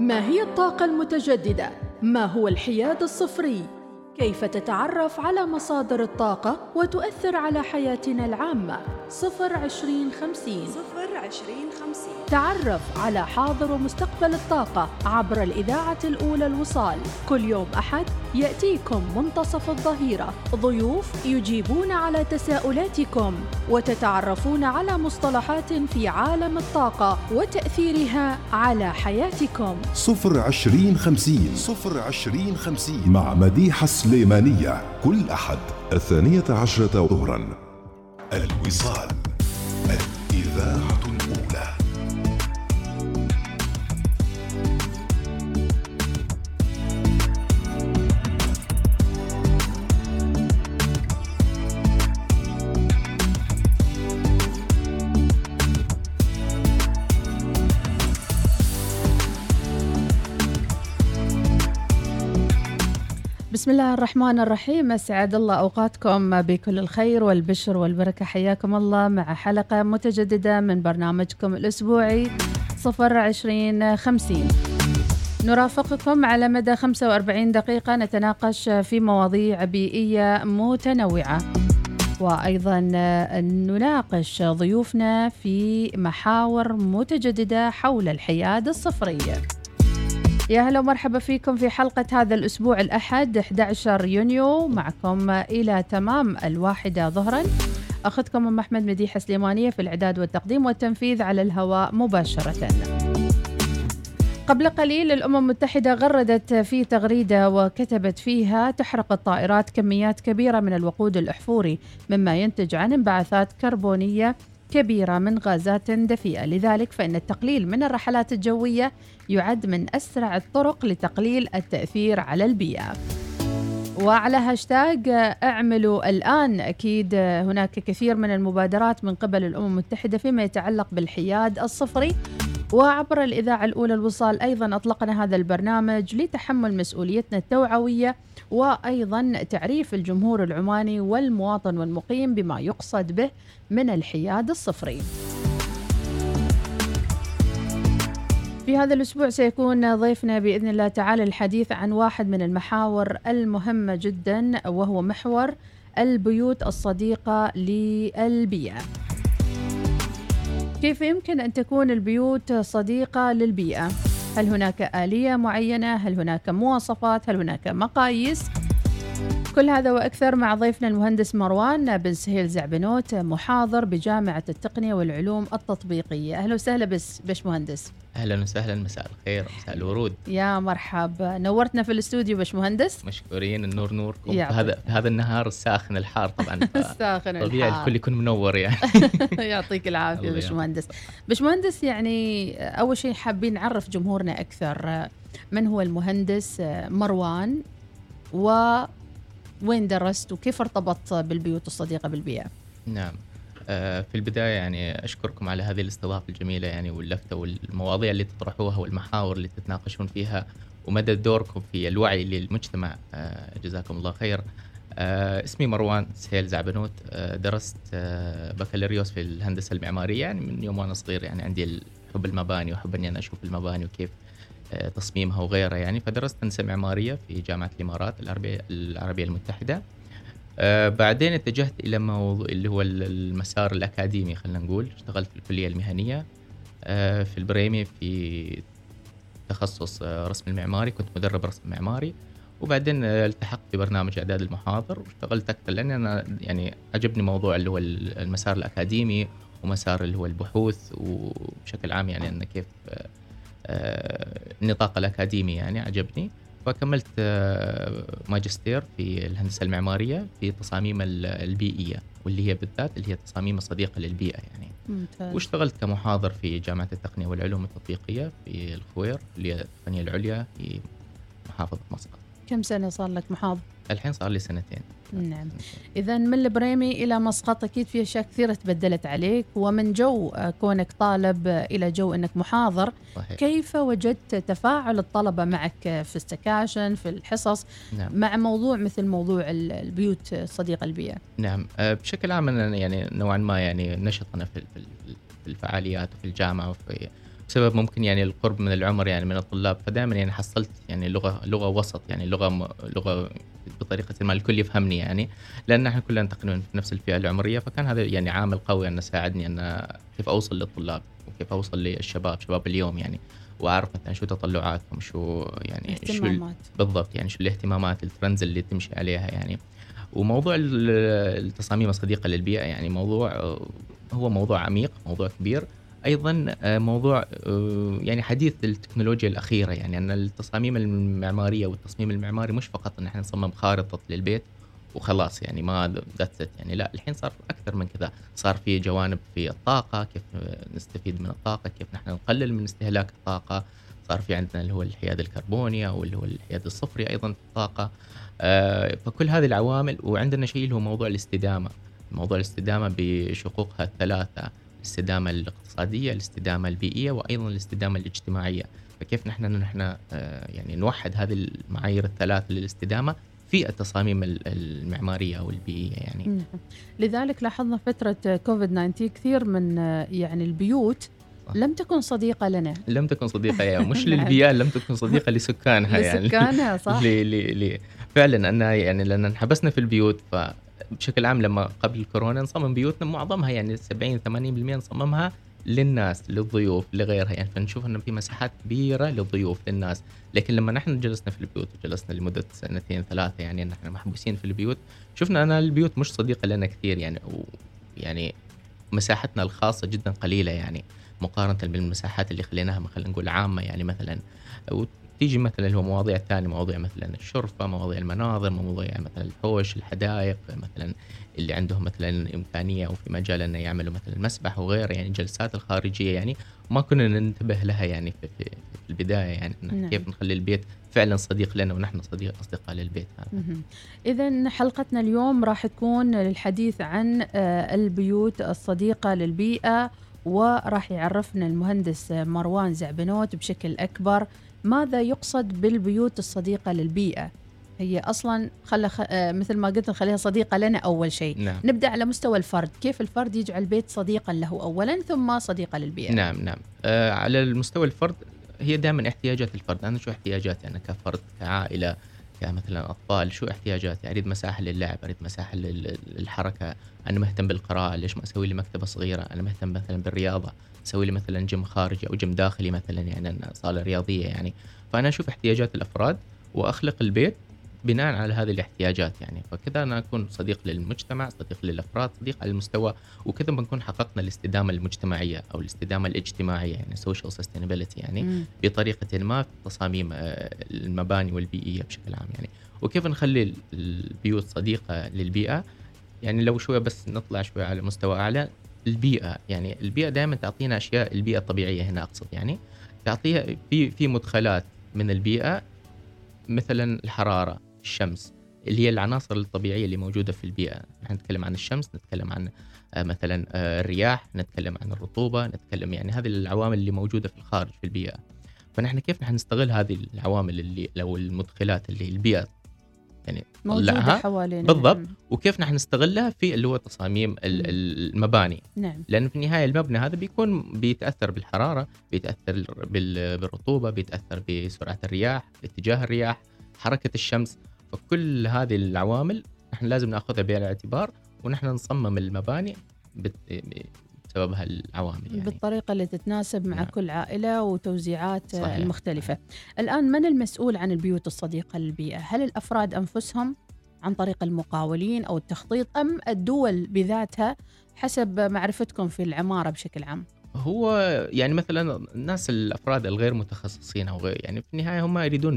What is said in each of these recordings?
ما هي الطاقة المتجددة؟ ما هو الحياد الصفري؟ كيف تتعرف على مصادر الطاقة وتؤثر على حياتنا العامة؟ 02050 تعرف على حاضر ومستقبل الطاقة عبر الإذاعة الأولى الوصال. كل يوم أحد يأتيكم منتصف الظهيرة ضيوف يجيبون على تساؤلاتكم وتتعرفون على مصطلحات في عالم الطاقة وتأثيرها على حياتكم. 02050 مع مديحة السليمانية كل أحد 12 ظهرا. الوصال، الإذاعة الأولى. بسم الله الرحمن الرحيم. أسعد الله أوقاتكم بكل الخير والبشر والبركة. حياكم الله مع حلقة متجددة من برنامجكم الأسبوعي 02050. نرافقكم على مدى 45 دقيقة نتناقش في مواضيع بيئية متنوعة، وأيضا نناقش ضيوفنا في محاور متجددة حول الحياد الصفري. يا هلا ومرحبا فيكم في حلقة هذا الأسبوع الأحد 11 يونيو، معكم إلى تمام 1 ظهرا. أخذكم أم أحمد مديحة سليمانية في الإعداد والتقديم والتنفيذ على الهواء مباشرة. قبل قليل الأمم المتحدة غردت في تغريدة وكتبت فيها: تحرق الطائرات كميات كبيرة من الوقود الأحفوري مما ينتج عن انبعاثات كربونية كبيرة من غازات دفيئة، لذلك فإن التقليل من الرحلات الجوية يعد من أسرع الطرق لتقليل التأثير على البيئة. وعلى هاشتاج اعملوا الآن، أكيد هناك كثير من المبادرات من قبل الأمم المتحدة فيما يتعلق بالحياد الصفري، وعبر الإذاعة الأولى الوصال أيضا أطلقنا هذا البرنامج لتحمل مسؤوليتنا التوعوية وأيضا تعريف الجمهور العماني والمواطن والمقيم بما يقصد به من الحياد الصفري. في هذا الأسبوع سيكون ضيفنا بإذن الله تعالى الحديث عن واحد من المحاور المهمة جدا، وهو محور البيوت الصديقة للبيئة. كيف يمكن أن تكون البيوت صديقة للبيئة؟ هل هناك آلية معينة؟ هل هناك مواصفات؟ هل هناك مقاييس؟ كل هذا وأكثر مع ضيفنا المهندس مروان بن سهيل زعبنوت، محاضر بجامعة التقنية والعلوم التطبيقية. أهلا وسهلا باش مهندس. أهلا وسهلا، مساء الخير، مساء الورود. يا مرحبا، نورتنا في الاستوديو باش مهندس. مشكورين، النور نوركم في هذا النهار الساخن الحار طبعا. الساخن الحار طبيعي الكل يكون منور يعني. يعطيك العافية باش مهندس. باش مهندس، يعني أول شيء حابين نعرف جمهورنا أكثر من هو المهندس مروان، وين درست وكيف ارتبط بالبيوت الصديقة بالبيئة؟ نعم، في البداية يعني أشكركم على هذه الاستضافة الجميلة يعني، واللفتة والمواضيع اللي تطرحوها والمحاور اللي تتناقشون فيها ومدى دوركم في الوعي للمجتمع. جزاكم الله خير. اسمي مروان سهيل زعبنوت. درست بكالوريوس في الهندسة المعمارية، يعني من يوم وأنا صغير يعني عندي حب المباني وحب أني أنا أشوف المباني وكيف تصميمها وغيرها يعني. فدرست هندسة معمارية في جامعة الإمارات العربية المتحدة. بعدين اتجهت إلى موضوع اللي هو المسار الأكاديمي، خلينا نقول. اشتغلت في الكلية المهنية في البريمي في تخصص رسم المعماري، كنت مدرب رسم معماري. وبعدين التحقت في برنامج إعداد المحاضر واشتغلت أكثر، لأن أنا يعني عجبني موضوع اللي هو المسار الأكاديمي ومسار اللي هو البحوث وبشكل عام، يعني أن كيف النطاق الأكاديمي يعني عجبني. فكملت ماجستير في الهندسة المعمارية في التصاميم البيئية، واللي هي بالذات اللي هي تصاميم صديقة للبيئة يعني. ممتاز. واشتغلت كمحاضر في جامعة التقنية والعلوم التطبيقية في الخوير، اللي هي التقنية العليا في محافظة مسقط. كم سنة صار لك محاضر؟ الحين صار لي 2 سنين. نعم. إذا من البريمي إلى مسقط أكيد في أشياء كثيرة تبدلت عليك، ومن جو كونك طالب إلى جو أنك محاضر. صحيح. كيف وجدت تفاعل الطلبة معك في السكاشن في الحصص؟ نعم. مع موضوع مثل موضوع البيوت صديقة البيئة؟ نعم، بشكل عام أنا يعني نوعا ما يعني نشط أنا في الفعاليات وفي الجامعة وفي بسبب ممكن يعني القرب من العمر يعني من الطلاب، فدائما يعني حصلت يعني لغة وسط، يعني لغة بطريقة ما الكل يفهمني يعني، لأن احنا كلنا تقريبا في نفس الفئة العمرية، فكان هذا يعني عامل قوي أنه ساعدني أن كيف أوصل للطلاب وكيف أوصل للشباب، شباب اليوم يعني، وأعرف مثلا شو تطلعاتهم، شو يعني اهتمامات. بالضبط يعني شو الاهتمامات، الترندز اللي تمشي عليها يعني. وموضوع التصاميم الصديقة للبيئة يعني موضوع هو موضوع عميق، موضوع كبير أيضا، موضوع يعني حديث التكنولوجيا الأخيرة، يعني أن التصاميم المعمارية والتصميم المعماري مش فقط أن احنا نصمم خارطة للبيت وخلاص يعني ما ذاتس يعني، لا الحين صار أكثر من كذا، صار في جوانب في الطاقة، كيف نستفيد من الطاقة، كيف نحن نقلل من استهلاك الطاقة، صار في عندنا اللي هو الحياد الكربوني أو اللي هو الحياد الصفري أيضا في الطاقة. فكل هذه العوامل، وعندنا شيء اللي هو موضوع الاستدامة، موضوع الاستدامة بشقوقها الثلاثة، الاستدامة الاقتصادية، الاستدامة البيئية، وأيضا الاستدامة الاجتماعية. فكيف نحن يعني نوحد هذه المعايير الثلاث للاستدامة في التصاميم المعمارية أو البيئية يعني. لذلك لاحظنا فترة كوفيد-19 كثير من يعني البيوت لم تكن صديقة لنا، لم تكن صديقة يعني مش للبيئة، لم تكن صديقة لسكانها يعني لسكانها صح. فعلا أنها يعني لأن انحبسنا في البيوت، فبشكل عام لما قبل الكورونا نصمم بيوتنا معظمها يعني 70-80% نصممها للناس، للضيوف، لغيرها يعني، فنشوف أنه في مساحات كبيرة للضيوف للناس. لكن لما نحن جلسنا في البيوت وجلسنا لمدة 2-3 يعني نحن محبوسين في البيوت، شفنا أن البيوت مش صديقة لنا كثير يعني، يعني مساحتنا الخاصة جدا قليلة يعني مقارنة بالمساحات اللي خليناها خلينا نقول عامة يعني مثلا. وتيجي مثلا اللي هو مواضيع ثانية، مواضيع مثلا الشرفة، مواضيع المناظر، مواضيع مثلا الحوش، الحدائق مثلا اللي عندهم مثلا إمكانية أو في مجال أن يعملوا مثلا المسبح وغيره يعني، الجلسات الخارجية يعني ما كنا ننتبه لها يعني في البداية يعني نعم. كيف نخلي البيت فعلا صديق لنا ونحن أصدقاء للبيت هذا. إذن حلقتنا اليوم راح تكون للحديث عن البيوت الصديقة للبيئة، وراح يعرفنا المهندس مروان زعبنوت بشكل أكبر ماذا يقصد بالبيوت الصديقة للبيئة. هي أصلا مثل ما قلت نخليها صديقة لنا أول شيء. نعم. نبدأ على مستوى الفرد، كيف الفرد يجعل بيت صديقا له أولا ثم صديقة للبيئة. نعم. على المستوى الفرد هي دائما احتياجات الفرد. أنا شو احتياجاتي أنا كفرد كعائلة كمثلا أطفال؟ شو احتياجاتي؟ أريد مساحة للعب، أريد مساحة للحركة، أنا مهتم بالقراءة، ليش ما أسوي لي مكتبة صغيرة؟ أنا مهتم مثلا بالرياضة، أسوي لي مثلا جيم خارجي أو جيم داخلي مثلا يعني صالة رياضية يعني. فأنا أشوف احتياجات الأفراد وأخلق البيت بناء على هذه الاحتياجات يعني، فكذا أنا أكون صديق للمجتمع، صديق للأفراد، صديق على المستوى، وكذا بنكون حققنا الاستدامة المجتمعية أو الاستدامة الاجتماعية يعني social sustainability يعني بطريقة ما في تصاميم المباني والبيئية بشكل عام يعني. وكيف نخلي البيوت صديقة للبيئة يعني، لو شوية بس نطلع شوية على مستوى أعلى. البيئة يعني البيئة دائما تعطينا أشياء، البيئة الطبيعية هنا أقصد يعني، تعطيها في مدخلات من البيئة، مثلا الحرارة، الشمس، اللي هي العناصر الطبيعية اللي موجودة في البيئة. نحن نتكلم عن الشمس، نتكلم عن مثلا الرياح، نتكلم عن الرطوبة، نتكلم يعني هذه العوامل اللي موجودة في الخارج في البيئة. فنحن كيف نحن نستغل هذه العوامل اللي لو المدخلات اللي البيئة يعني موجودة حوالينا بالضبط. وكيف نحن نستغلها في اللي هو تصاميم المباني. نعم. لأن في النهاية المبنى هذا بيتأثر بالحرارة، بيتأثر بالرطوبة، بيتأثر بسرعة الرياح، اتجاه الرياح، حركة الشمس. فكل هذه العوامل نحن لازم نأخذها بعين الاعتبار ونحن نصمم المباني بسبب هالعوامل يعني. بالطريقة اللي تتناسب مع نعم. كل عائلة وتوزيعات صحيح. المختلفة. الآن من المسؤول عن البيوت الصديقة للبيئة؟ هل الأفراد أنفسهم عن طريق المقاولين أو التخطيط، أم الدول بذاتها حسب معرفتكم في العمارة بشكل عام؟ هو يعني مثلا الناس الأفراد الغير متخصصين أو غير يعني، في النهاية هم يريدون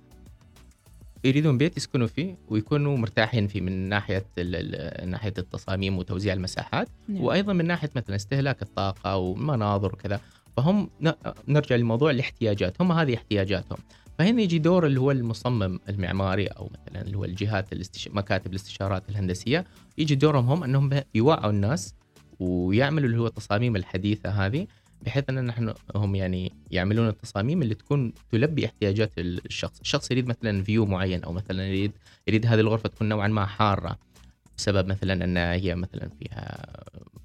بيت يسكنوا فيه ويكونوا مرتاحين فيه، من ناحية التصاميم وتوزيع المساحات. نعم. وأيضا من ناحية مثلا استهلاك الطاقة والمناظر وكذا. فهم نرجع للموضوع الاحتياجات، هم هذه احتياجاتهم. فهنا يجي دور اللي هو المصمم المعماري أو مثلا اللي هو الجهات مكاتب الاستشارات الهندسية، يجي دورهم هم أنهم يوعوا الناس ويعملوا اللي هو التصاميم الحديثة هذه، بحيث أن نحن هم يعني يعملون التصاميم اللي تكون تلبي احتياجات الشخص يريد مثلا فيو معين، أو مثلا يريد هذه الغرفة تكون نوعا ما حارة بسبب مثلا أن هي مثلا فيها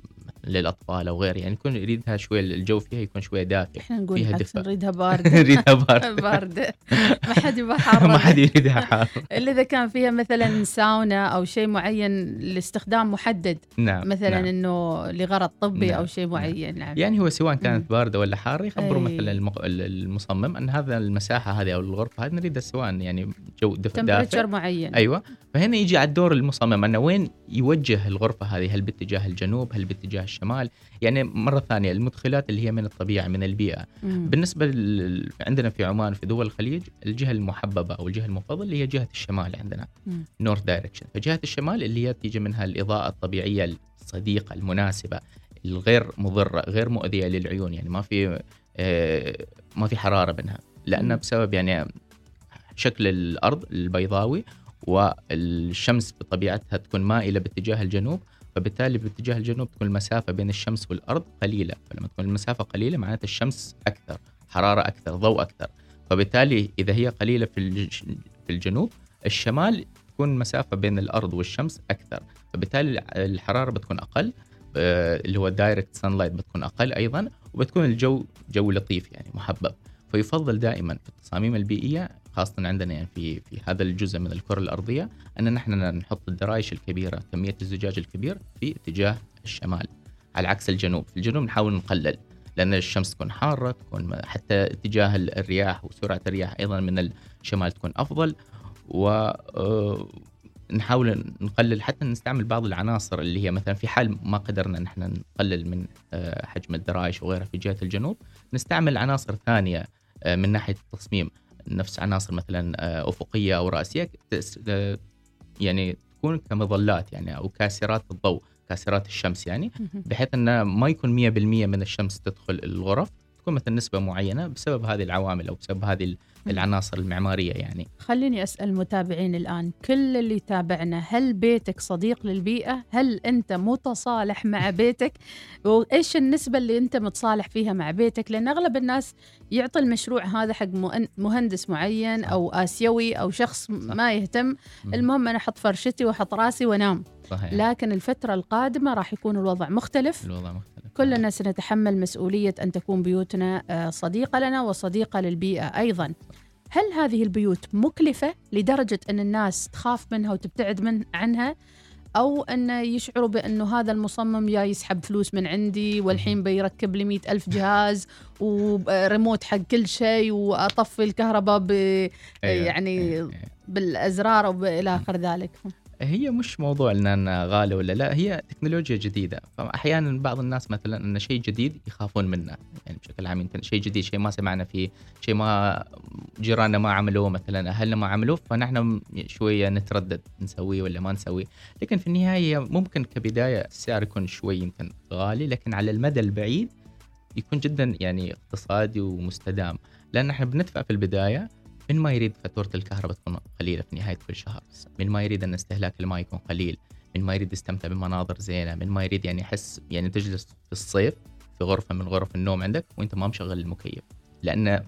للاطفال او غيره، يعني يكون يريدها شويه الجو فيها يكون شويه دافئ، احنا نقول فيها عكس دفء. نريدها باردة. نريدها بارده. باردة، ما حد يبغى حارة. ما حد يريدها حار. إلا إذا كان فيها مثلا ساونا أو شيء معين لاستخدام محدد، نعم مثلا نعم. إنه لغرض طبي نعم. أو شيء معين. نعم. يعني هو سواء كانت باردة ولا حارة يخبروا أي. مثلا المصمم أن هذا المساحة هذه أو الغرفة هذه نريدها سواء يعني جو دفء تمبريتشر دافئ. معين. أيوة. فهنا يجي على الدور المصمم أنه وين يوجه الغرفة هذه، هل باتجاه الجنوب هل باتجاه الشمال. يعني مرة ثانية المدخلات اللي هي من الطبيعة من البيئة. بالنسبة عندنا في عمان في دول الخليج الجهة المحببة أو الجهة المفضلة هي جهة الشمال عندنا نورث دايركشن. فجهة الشمال اللي هي تيجي منها الإضاءة الطبيعية الصديقة المناسبة الغير مضرة غير مؤذية للعيون، يعني ما في حرارة منها، لأن بسبب يعني شكل الأرض البيضاوي والشمس بطبيعتها تكون مائلة باتجاه الجنوب، فبالتالي باتجاه الجنوب تكون المسافة بين الشمس والأرض قليلة، فلما تكون المسافة قليلة معناتها الشمس أكثر حرارة أكثر ضوء أكثر، فبالتالي إذا هي قليلة في الجنوب الشمال تكون مسافة بين الأرض والشمس أكثر، فبالتالي الحرارة بتكون أقل، اللي هو دايركت سانلايت بتكون أقل أيضا، وبتكون الجو جو لطيف يعني محبب. فيفضل دائما في التصاميم البيئية خاصة عندنا يعني في هذا الجزء من الكرة الأرضية أن نحن نحط الدرايش الكبيرة كمية الزجاج الكبير في اتجاه الشمال على عكس الجنوب. في الجنوب نحاول نقلل لأن الشمس تكون حارة، تكون حتى اتجاه الرياح وسرعة الرياح أيضا من الشمال تكون أفضل، ونحاول نقلل حتى نستعمل بعض العناصر اللي هي مثلا في حال ما قدرنا نحن نقلل من حجم الدرايش وغيرها في جهة الجنوب نستعمل عناصر ثانية من ناحية التصميم، نفس عناصر مثلا أفقية أو رأسية يعني تكون كمظلات يعني أو كاسرات الضوء كاسرات الشمس، يعني بحيث أن ما يكون 100% من الشمس تدخل الغرف، تكون مثلا نسبة معينة بسبب هذه العوامل أو بسبب هذه العناصر المعمارية. يعني خليني أسأل المتابعين الآن، كل اللي تابعنا، هل بيتك صديق للبيئة؟ هل أنت متصالح مع بيتك؟ وإيش النسبة اللي أنت متصالح فيها مع بيتك؟ لأن أغلب الناس يعطي المشروع هذا حق مهندس معين أو آسيوي أو شخص ما يهتم، المهم أنا أحط فرشتي وأحط راسي وأنام. صحيح. لكن الفترة القادمة راح يكون الوضع مختلف. كلنا سنتحمل مسؤولية أن تكون بيوتنا صديقة لنا وصديقة للبيئة أيضا. هل هذه البيوت مكلفة لدرجة أن الناس تخاف منها وتبتعد عنها، أو أن يشعروا بأنه هذا المصمم جاي يسحب فلوس من عندي والحين بيركب لي 100,000 جهاز وريموت حق كل شيء وأطفي الكهرباء يعني بالأزرار وإلى آخر ذلك؟ هي مش موضوع أننا غالي ولا لا، هي تكنولوجيا جديدة، فأحيانا بعض الناس مثلا أن شيء جديد يخافون منه، يعني بشكل عام يمكن شيء جديد شيء ما سمعنا فيه، شيء ما جيراننا ما عملوه مثلا أهلنا ما عملوه، فنحن شوية نتردد نسويه ولا ما نسويه. لكن في النهاية ممكن كبداية السعر يكون شوي يمكن غالي، لكن على المدى البعيد يكون جدا يعني اقتصادي ومستدام، لأن احنا بندفع في البداية. من ما يريد فاتورة الكهرباء تكون قليلة في نهاية كل شهر، من ما يريد أن استهلاك الماء يكون قليل، من ما يريد يستمتع بمناظر زينة، من ما يريد يعني يحس يعني تجلس في الصيف في غرفة من غرف النوم عندك وانت ما مشغل المكيف، لأن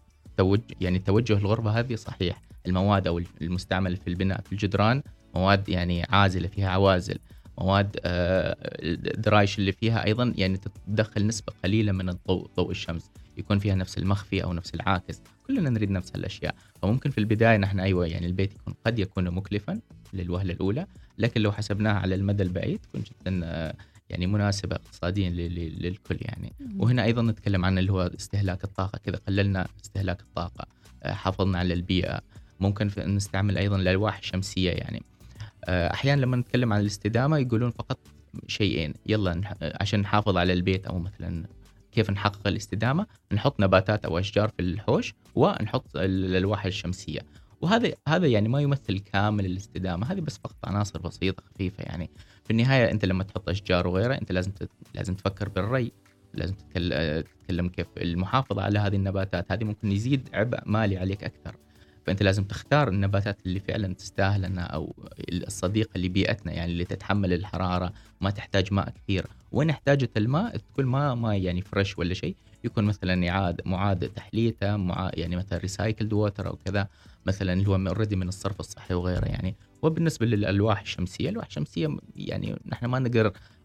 توجه الغرفة هذه صحيح المواد أو المستعمل في البناء في الجدران مواد يعني عازلة فيها عوازل، مواد الدرايش اللي فيها أيضا يعني تدخل نسبة قليلة من ضوء الشمس، يكون فيها نفس المخفي أو نفس العاكس، كلنا نريد نفس الأشياء. فممكن في البداية نحن أيوة يعني البيت قد يكون مكلفا للوهلة الأولى، لكن لو حسبناها على المدى البعيد تكون جدا يعني مناسبة اقتصاديا للكل يعني. وهنا أيضا نتكلم عن اللي هو استهلاك الطاقة، كذا قللنا استهلاك الطاقة، حافظنا على البيئة. ممكن نستعمل أيضا الألواح الشمسية، يعني أحيانا لما نتكلم عن الاستدامة يقولون فقط شيئين، يلا عشان نحافظ على البيت أو مثلا كيف نحقق الاستدامة، نحط نباتات أو أشجار في الحوش ونحط الألواح الشمسية، وهذا يعني ما يمثل كامل الاستدامة، هذه بس فقط عناصر بسيطة خفيفة. يعني في النهاية أنت لما تحط أشجار وغيرها أنت لازم تفكر بالري، لازم تتكلم كيف المحافظة على هذه النباتات، هذه ممكن يزيد عبء مالي عليك أكثر، فأنت لازم تختار النباتات اللي فعلا تستاهل لنا أو الصديقة لبيئتنا، يعني اللي تتحمل الحرارة ما تحتاج ماء كثير، وين احتاجت الماء تكون ما يعني فريش ولا شيء، يكون مثلا معاد تحليته يعني مثلا ريسايكلد ووتر أو كذا، مثلا اللي هو اوريدي من الصرف الصحي وغيره يعني. وبالنسبة للألواح الشمسية، الألواح الشمسية يعني نحن ما نقدر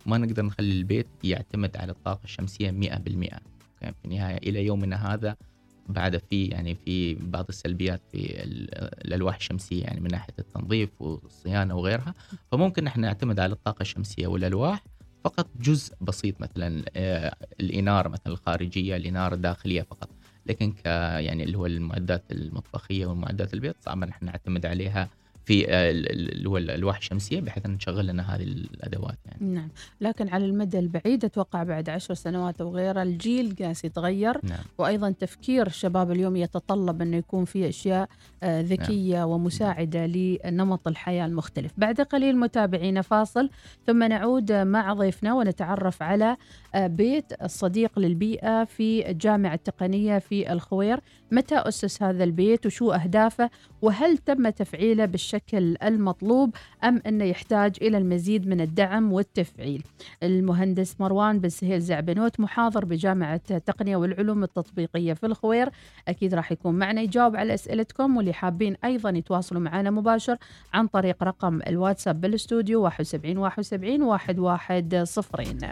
ما نقدر نخلي البيت يعتمد على الطاقة الشمسية 100%. في النهاية إلى يومنا هذا بعد في بعض السلبيات في الألواح الشمسية، يعني من ناحية التنظيف والصيانة وغيرها. فممكن نحن نعتمد على الطاقة الشمسية والألواح فقط جزء بسيط، مثلا الإنارة مثلا الخارجية، الإنارة الداخلية فقط. لكن يعني اللي هو المعدات المطبخية والمعدات البيت صعب نحن نعتمد عليها في اللي هو الألواح الشمسية بحيث أن نشغل لنا هذه الأدوات يعني. نعم، لكن على المدى البعيد أتوقع بعد 10 سنوات أو غيره الجيل قاس يتغير. نعم. وأيضا تفكير الشباب اليوم يتطلب أنه يكون في أشياء ذكية نعم. ومساعدة لنمط الحياة المختلف. بعد قليل متابعينا فاصل، ثم نعود مع ضيفنا ونتعرف على بيت الصديق للبيئة في الجامعة التقنية في الخوير. متى أسس هذا البيت وشو أهدافه، وهل تم تفعيله بالشكل المطلوب أم أنه يحتاج إلى المزيد من الدعم والتفعيل. المهندس مروان بن سهيل زعبنوت محاضر بجامعة التقنية والعلوم التطبيقية في الخوير أكيد راح يكون معنا يجاوب على أسئلتكم، واللي حابين أيضا يتواصلوا معنا مباشر عن طريق رقم الواتساب بالاستوديو 71 71 110.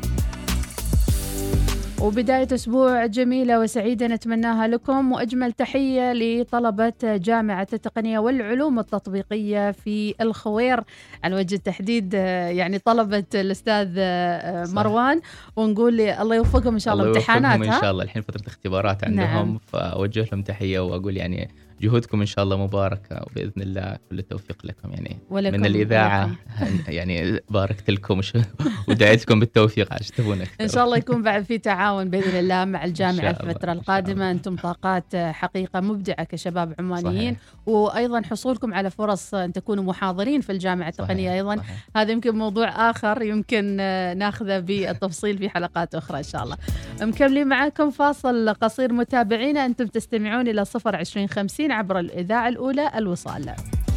وبداية أسبوع جميلة وسعيدة نتمناها لكم، وأجمل تحية لطلبة جامعة التقنية والعلوم التطبيقية في الخوير على وجه التحديد، يعني طلبة الأستاذ مروان، ونقول لي الله يوفقهم إن شاء الله امتحاناتها إن شاء الله الحين فترة اختبارات عندهم. نعم. فأوجه لهم تحية وأقول يعني جهودكم إن شاء الله مباركة، وبإذن الله كل التوفيق لكم يعني من الإذاعة. يعني باركت لكم ودعيتكم بالتوفيق عشان تبون أكثر. إن شاء الله يكون بعد في تعاون بإذن الله مع الجامعة في الفترة القادمة. أنتم طاقات حقيقة مبدعة كشباب عمانيين. صحيح. وأيضا حصولكم على فرص أن تكونوا محاضرين في الجامعة التقنية أيضا. صحيح. هذا يمكن موضوع آخر يمكن ناخذه بالتفصيل في حلقات أخرى إن شاء الله. مكملين معكم فاصل قصير متابعينا، أنتم تستمعون إلى 02050 عبر الإذاعة الأولى الوصال.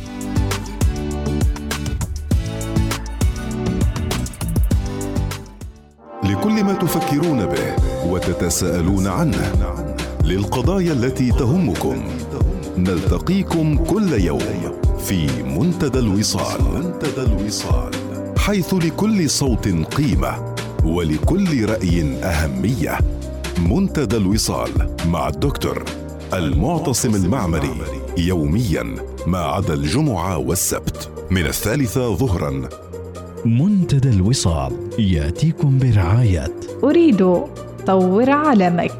لكل ما تفكرون به وتتساءلون عنه، للقضايا التي تهمكم، نلتقيكم كل يوم في منتدى الوصال، حيث لكل صوت قيمة ولكل رأي أهمية. منتدى الوصال مع الدكتور المعتصم المعمري، يوميا ما عدا الجمعة والسبت من 3 ظهرا. منتدى الوصال يأتيكم برعاية أريد طور عالمك.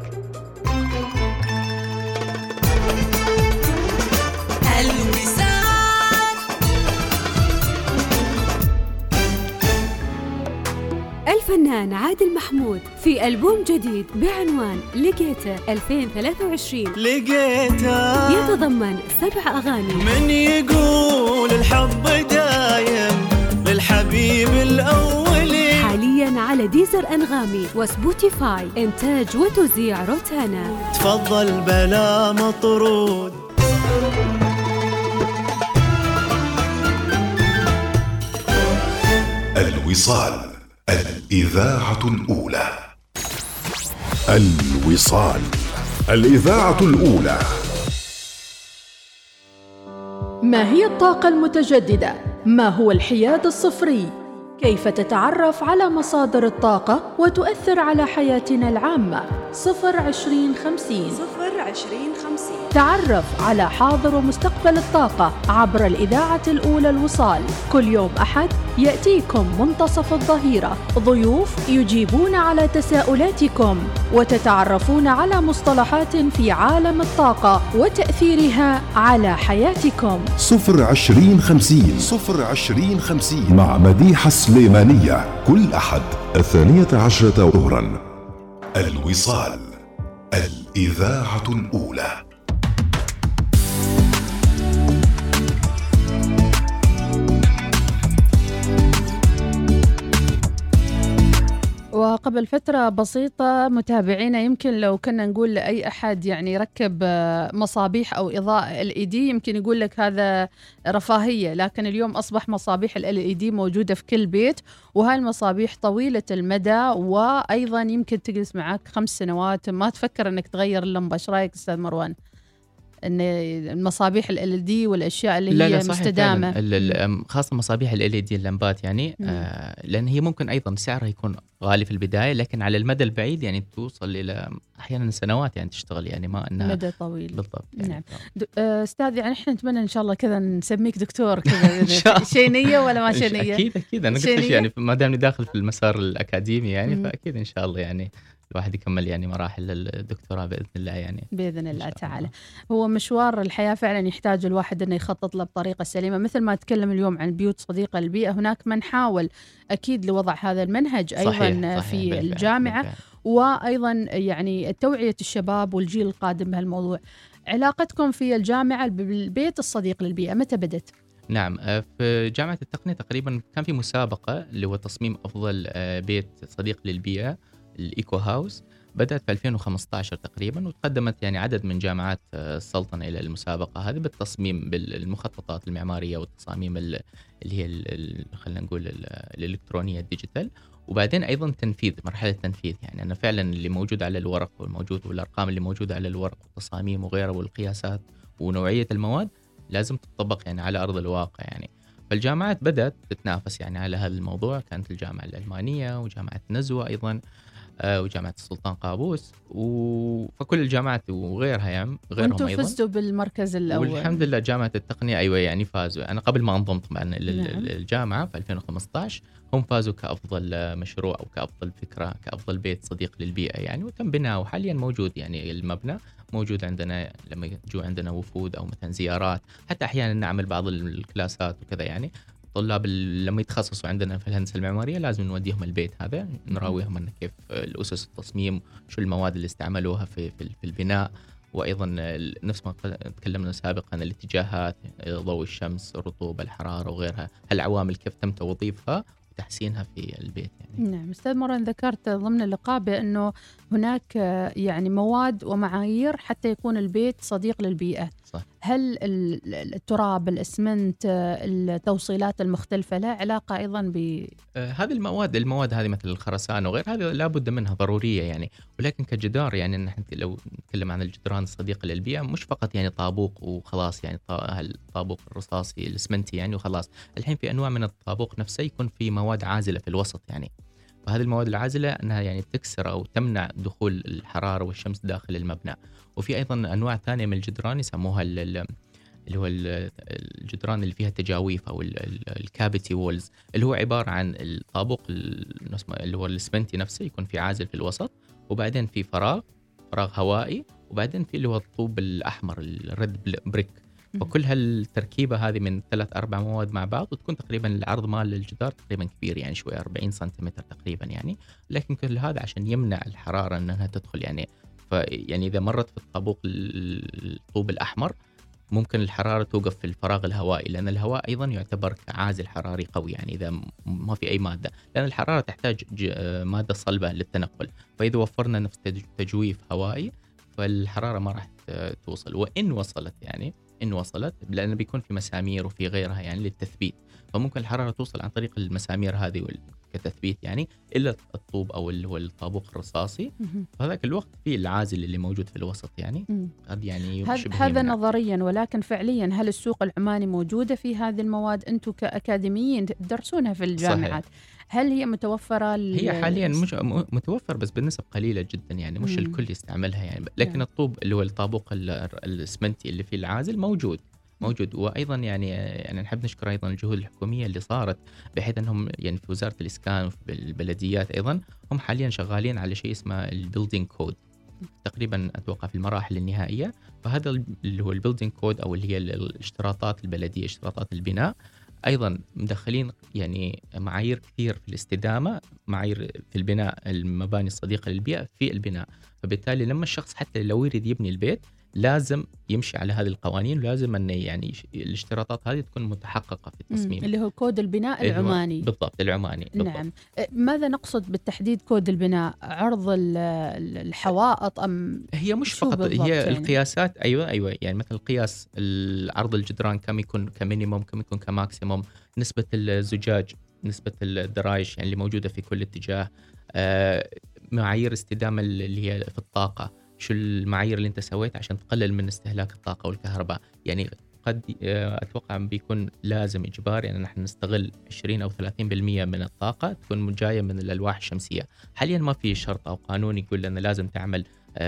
الفنان عادل محمود في ألبوم جديد بعنوان لقيته 2023. لقيته يتضمن 7 أغاني. من يقول الحب دايم للحبيب الأولي. حاليا على ديزر أنغامي وسبوتيفاي. إنتاج وتوزيع روتانا. تفضل بلا مطرود. الوصال، الإذاعة الأولى. الوصال، الإذاعة الأولى. ما هي الطاقة المتجددة؟ ما هو الحياد الصفري؟ كيف تتعرف على مصادر الطاقة وتؤثر على حياتنا العامة؟ 02050 تعرف على حاضر ومستقبل الطاقة عبر الإذاعة الأولى الوصال. كل يوم أحد يأتيكم منتصف الظهيرة ضيوف يجيبون على تساؤلاتكم وتتعرفون على مصطلحات في عالم الطاقة وتأثيرها على حياتكم. 02050 مع مديحة سليمانية كل أحد 12 ظهرا. الوصال، الإذاعة الأولى. وقبل فترة بسيطة متابعينا، يمكن لو كنا نقول لأي أحد يعني ركب مصابيح أو إضاءة LED يمكن يقول لك هذا رفاهية، لكن اليوم أصبح مصابيح LED موجودة في كل بيت، وهاي المصابيح طويلة المدى، وأيضا يمكن تجلس معك 5 سنوات ما تفكر أنك تغير اللمبة. إيش رأيك أستاذ مروان؟ ان المصابيح ال LED والاشياء اللي لا هي صحيح مستدامه خاصة مصابيح ال LED اللمبات يعني لأن هي ممكن أيضا سعرها يكون غالي في البداية، لكن على المدى البعيد يعني توصل إلى أحيانا سنوات يعني تشتغل يعني ما إنها مدى طويل. بالضبط يعني. نعم. أستاذ يعني إحنا نتمنى إن شاء الله كذا نسميك دكتور كذا شينية ولا ما شينية؟ أكيد أنا قلت لك يعني ما دامني داخل في المسار الأكاديمي يعني فأكيد إن شاء الله يعني الواحد يكمل يعني مراحل الدكتوراه بإذن الله يعني بإذن الله تعالى. هو مشوار الحياة فعلا يحتاج الواحد أنه يخطط له بطريقة سليمة، مثل ما تكلم اليوم عن بيوت صديقة للبيئة، هناك من حاول أكيد لوضع هذا المنهج أيضا صحيح في بالفعل الجامعة بالفعل. وأيضا يعني توعية الشباب والجيل القادم بهالموضوع. علاقتكم في الجامعة بالبيت الصديق للبيئة متى بدت؟ نعم، في جامعة التقنية تقريبا كان في مسابقة اللي هو تصميم أفضل بيت صديق للبيئة الإيكو هاوس، بدأت في 2015 تقريبا، وتقدمت يعني عدد من جامعات السلطنة إلى المسابقة هذه بالتصميم بالمخططات المعمارية والتصاميم اللي هي خلينا نقول الإلكترونية الديجيتال، وبعدين أيضا تنفيذ مرحلة تنفيذ. يعني أنا فعلا اللي موجود على الورق والموجود والأرقام اللي موجودة على الورق والتصاميم وغيره والقياسات ونوعية المواد لازم تطبق يعني على أرض الواقع يعني. فالجامعات بدأت تتنافس يعني على هذا الموضوع، كانت الجامعة الألمانية وجامعة نزوة أيضا وجامعة السلطان قابوس فكل الجامعات وغيرها يعني غيرهم أيضا. وأنتم فزتوا بالمركز الأول والحمد لله. جامعة التقنية أيوة يعني فازوا. أنا قبل ما انضمت طبعا للجامعة في 2015 هم فازوا كأفضل مشروع أو كأفضل فكرة كأفضل بيت صديق للبيئة يعني، وتم بناؤه حاليا موجود يعني المبنى موجود عندنا لما يجوا عندنا وفود أو مثلا زيارات، حتى أحيانا نعمل بعض الكلاسات وكذا يعني. طلاب لما يتخصصوا عندنا في الهندسة المعمارية لازم نوديهم البيت هذا نراويهم أن كيف الأسس التصميم، شو المواد اللي استعملوها في البناء، وأيضا نفس ما تكلمنا سابقا الاتجاهات، ضوء الشمس، الرطوبة، الحرارة وغيرها، هالعوامل كيف تم توظيفها وتحسينها في البيت يعني. نعم أستاذ مران، ذكرت ضمن اللقاء بأنه هناك يعني مواد ومعايير حتى يكون البيت صديق للبيئة. صح. هل التراب، الإسمنت، التوصيلات المختلفة لها علاقة أيضا ب هذه المواد هذه مثل الخرسانة وغير هذه لابد منها ضرورية يعني، ولكن كجدار يعني نحن لو نتكلم عن الجدران الصديقة للبيئة مش فقط يعني طابوق وخلاص يعني الطابوق الرصاصي الإسمنتي يعني وخلاص. الحين في أنواع من الطابوق نفسه يكون في مواد عازلة في الوسط يعني، فهذه المواد العازلة أنها يعني تكسر أو تمنع دخول الحرارة والشمس داخل المبنى. وفي أيضا أنواع ثانية من الجدران يسموها اللي هو الجدران اللي فيها تجاويف أو الكابيتي وولز، اللي هو عبارة عن الطابق اللي هو الإسمنتي نفسه يكون في عازل في الوسط، وبعدين في فراغ هوائي، وبعدين في اللي هو الطوب الأحمر الريد بريك. وكل هالتركيبة هذه من 3-4 مواد مع بعض، وتكون تقريبا العرض مال الجدار تقريبا كبير يعني شوي 40 سنتيمتر تقريبا يعني، لكن كل هذا عشان يمنع الحرارة أنها تدخل يعني. يعني إذا مرت في الطابوق الطوب الأحمر ممكن الحرارة توقف في الفراغ الهوائي، لأن الهواء أيضا يعتبر كعازل حراري قوي يعني إذا ما في أي مادة، لأن الحرارة تحتاج مادة صلبة للتنقل، فإذا وفرنا نفس تجويف هوائي فالحرارة ما راح توصل. وإن وصلت يعني إن وصلت لأن بيكون في مسامير وفي غيرها يعني للتثبيت، فممكن الحرارة توصل عن طريق المسامير هذه كتثبيت يعني إلا الطوب أو اللي هو الطابوق الرصاصي، فهذاك الوقت في العازل اللي موجود في الوسط يعني. هذا نظريا، ولكن فعليا هل السوق العماني موجودة في هذه المواد؟ أنتم كأكاديميين تدرسونها في الجامعات، صحيح. هل هي متوفرة؟ هي حاليا مش متوفر بس بنسب قليلة جدا يعني، مش الكل يستعملها يعني، لكن الطوب اللي هو الطابوق الإسمنتي اللي فيه العازل موجود. وأيضا يعني نحب نشكر أيضا الجهود الحكومية اللي صارت، بحيث أنهم يعني في وزارة الإسكان وفي البلديات أيضا هم حاليا شغالين على شيء اسمه البيلدينج كود، تقريبا أتوقع في المراحل النهائية. فهذا اللي هو البيلدينج كود أو اللي هي الاشتراطات البلدية، اشتراطات البناء، أيضا مدخلين يعني معايير كثير في الاستدامة، معايير في البناء، المباني الصديقة للبيئة في البناء. فبالتالي لما الشخص حتى لو يريد يبني البيت لازم يمشي على هذه القوانين، ولازم أن يعني الاشتراطات هذه تكون متحققة في التصميم، اللي هو كود البناء العماني. بالضبط العماني بالضبط. نعم. ماذا نقصد بالتحديد كود البناء؟ عرض الحوائط أم هي مش فقط هي يعني؟ القياسات أيوة يعني مثل قياس عرض الجدران كم يكون كمينيموم، كم يكون كماكسيموم، نسبة الزجاج، نسبة الدرايش يعني اللي موجودة في كل اتجاه، معايير استدامة اللي هي في الطاقة، شو المعايير اللي انت سويتها عشان تقلل من استهلاك الطاقه والكهرباء. يعني قد اتوقع بيكون لازم اجباري ان نحن نستغل 20 او 30% من الطاقه تكون جايه من الالواح الشمسيه. حاليا ما في شرط او قانون يقول لنا لازم تعمل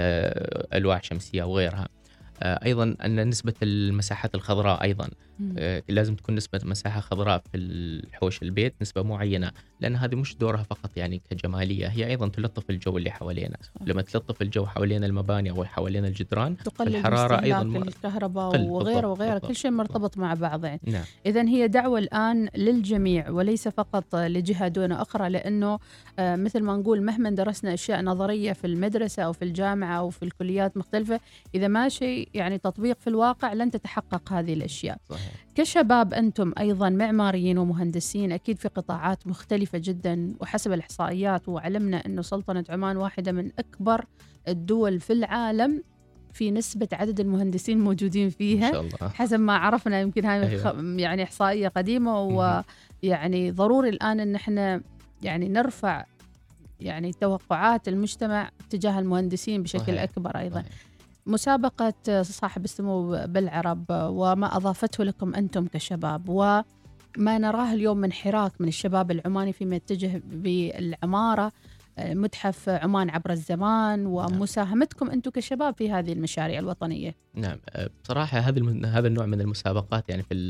الواح شمسيه وغيرها. ايضا ان نسبه المساحات الخضراء ايضا لازم تكون نسبه مساحه خضراء في الحوش البيت نسبه معينه، لان هذه مش دورها فقط يعني كجماليه، هي ايضا تلطف الجو اللي حوالينا. لما تلطف الجو حوالين المباني او حوالين الجدران تقلل الحراره ايضا الكهرباء وغيره وغيره، كل شيء مرتبط مع بعض يعني. نعم. اذا هي دعوه الان للجميع وليس فقط لجهه دون اخرى، لانه مثل ما نقول مهما درسنا اشياء نظريه في المدرسه او في الجامعه او في الكليات مختلفه، اذا ما شيء يعني تطبيق في الواقع لن تتحقق هذه الاشياء. صحيح. كشباب أنتم أيضا معماريين ومهندسين أكيد في قطاعات مختلفة جدا، وحسب الإحصائيات وعلمنا أنه سلطنة عمان واحدة من أكبر الدول في العالم في نسبة عدد المهندسين موجودين فيها. إن شاء الله. حسب ما عرفنا، يمكن هاي أيوة. يعني إحصائية قديمة، ويعني ضروري الآن أن احنا يعني نرفع يعني توقعات المجتمع تجاه المهندسين بشكل صحيح. أكبر أيضا. صحيح. مسابقة صاحب السمو بالعرب وما أضافته لكم أنتم كشباب، وما نراه اليوم من حراك من الشباب العماني فيما يتجه بالعمارة، متحف عمان عبر الزمان، ومساهمتكم أنتم كشباب في هذه المشاريع الوطنية. نعم، بصراحة هذا النوع من المسابقات يعني في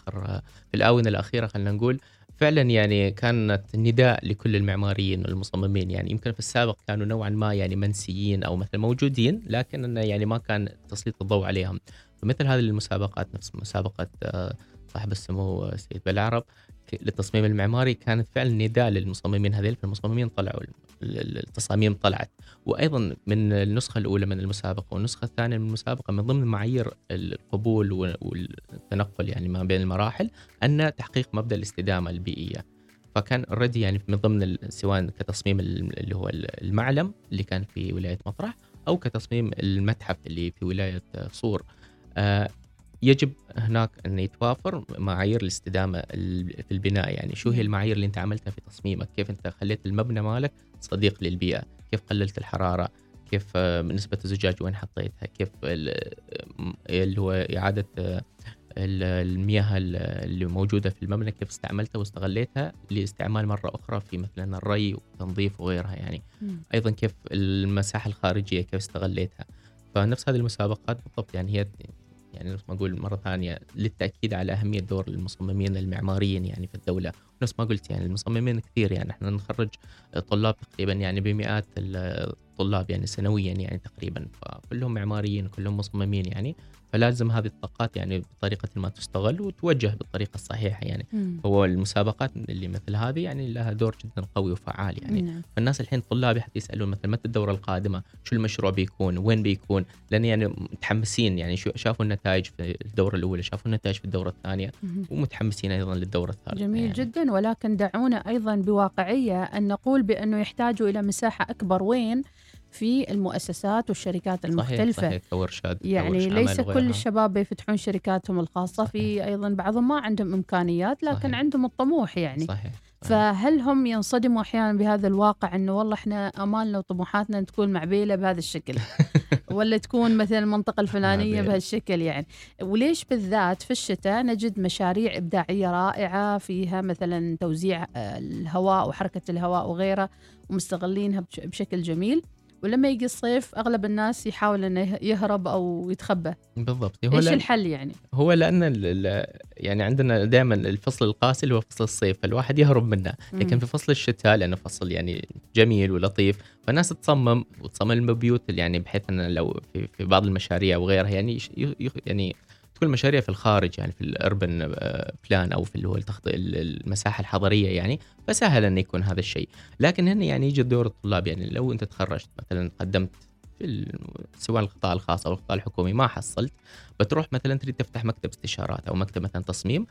الآونة الأخيرة خلينا نقول فعلا يعني كانت نداء لكل المعماريين والمصممين. يعني يمكن في السابق كانوا نوعا ما يعني منسيين أو مثل موجودين، لكن يعني ما كان تسليط الضوء عليهم. فمثل هذه المسابقات نفس مسابقة صاحب السمو سيد بالعرب للتصميم المعماري كانت فعلا نداء للمصممين هذيل، فالمصممين طلعوا التصاميم طلعت. وأيضا من النسخة الأولى من المسابقة والنسخة الثانية من المسابقة من ضمن معايير القبول والتنقل يعني ما بين المراحل أن تحقيق مبدأ الاستدامة البيئية. فكان already يعني من ضمن سواء كتصميم اللي هو المعلم اللي كان في ولاية مطرح أو كتصميم المتحف اللي في ولاية صور، يجب هناك أن يتوافر معايير الاستدامة في البناء. يعني شو هي المعايير اللي أنت عملتها في تصميمك، كيف أنت خليت المبنى مالك صديق للبيئة، كيف قللت الحرارة، كيف نسبة الزجاج وين حطيتها، كيف اللي هو إعادة المياه اللي موجودة في المبنى كيف استعملتها واستغليتها لاستعمال مرة أخرى في مثلا الري والتنظيف وغيرها. يعني أيضا كيف المساحة الخارجية كيف استغليتها. فنفس هذه المسابقات بالضبط يعني هي يعني نفس ما أقول مرة ثانية للتأكيد على أهمية دور المصممين المعماريين يعني في الدولة. ونفس ما قلت يعني المصممين كثير، يعني احنا نخرج طلاب تقريبا يعني بمئات الطلاب يعني سنويا يعني تقريبا، فكلهم معماريين كلهم مصممين يعني. فلازم هذه الطاقات يعني بطريقة ما تستغل وتوجه بالطريقة الصحيحة يعني. هو المسابقات اللي مثل هذه يعني لها دور جدا قوي وفعال يعني. فالناس الحين طلابي حتى يسألون مثلا متى الدورة القادمة، شو المشروع بيكون، وين بيكون، لأن يعني متحمسين يعني شافوا النتائج في الدورة الأولى، شافوا النتائج في الدورة الثانية ومتحمسين أيضا للدورة الثالثة. جميل يعني. ولكن دعونا أيضا بواقعية أن نقول بأنه يحتاجوا إلى مساحة أكبر وين في المؤسسات والشركات المختلفة. صحيح. كورشات يعني ليس كل الشباب يفتحون شركاتهم الخاصة. صحيح. في أيضا بعضهم ما عندهم إمكانيات لكن صحيح. عندهم الطموح يعني. صحيح. فهل هم ينصدموا أحيانا بهذا الواقع أنه والله إحنا أمالنا وطموحاتنا تكون معبيلة بهذا الشكل ولا تكون مثلا المنطقة الفلانية بهالشكل يعني؟ وليش بالذات في الشتاء نجد مشاريع إبداعية رائعة فيها مثلا توزيع الهواء وحركة الهواء وغيرها ومستغلينها بشكل جميل، ولما يجي الصيف أغلب الناس يحاول أنه يهرب أو يتخبى. بالضبط. إيش الحل يعني؟ هو لأن يعني عندنا دائما الفصل القاسي اللي هو فصل الصيف فالواحد يهرب منه، لكن في فصل الشتاء لأنه فصل يعني جميل ولطيف فالناس تصمم البيوت يعني بحيث أن لو في بعض المشاريع وغيرها يعني تكون المشاريع في الخارج يعني في الأربن بلان أو في اللي هو المساحة الحضرية يعني، فسهل أن يكون هذا الشيء. لكن هنا يعني يجي دور الطلاب، يعني لو أنت تخرجت مثلا قدمت في سواء القطاع الخاص أو القطاع الحكومي ما حصلت، بتروح مثلا تريد تفتح مكتب استشارات أو مكتب مثلا تصميم،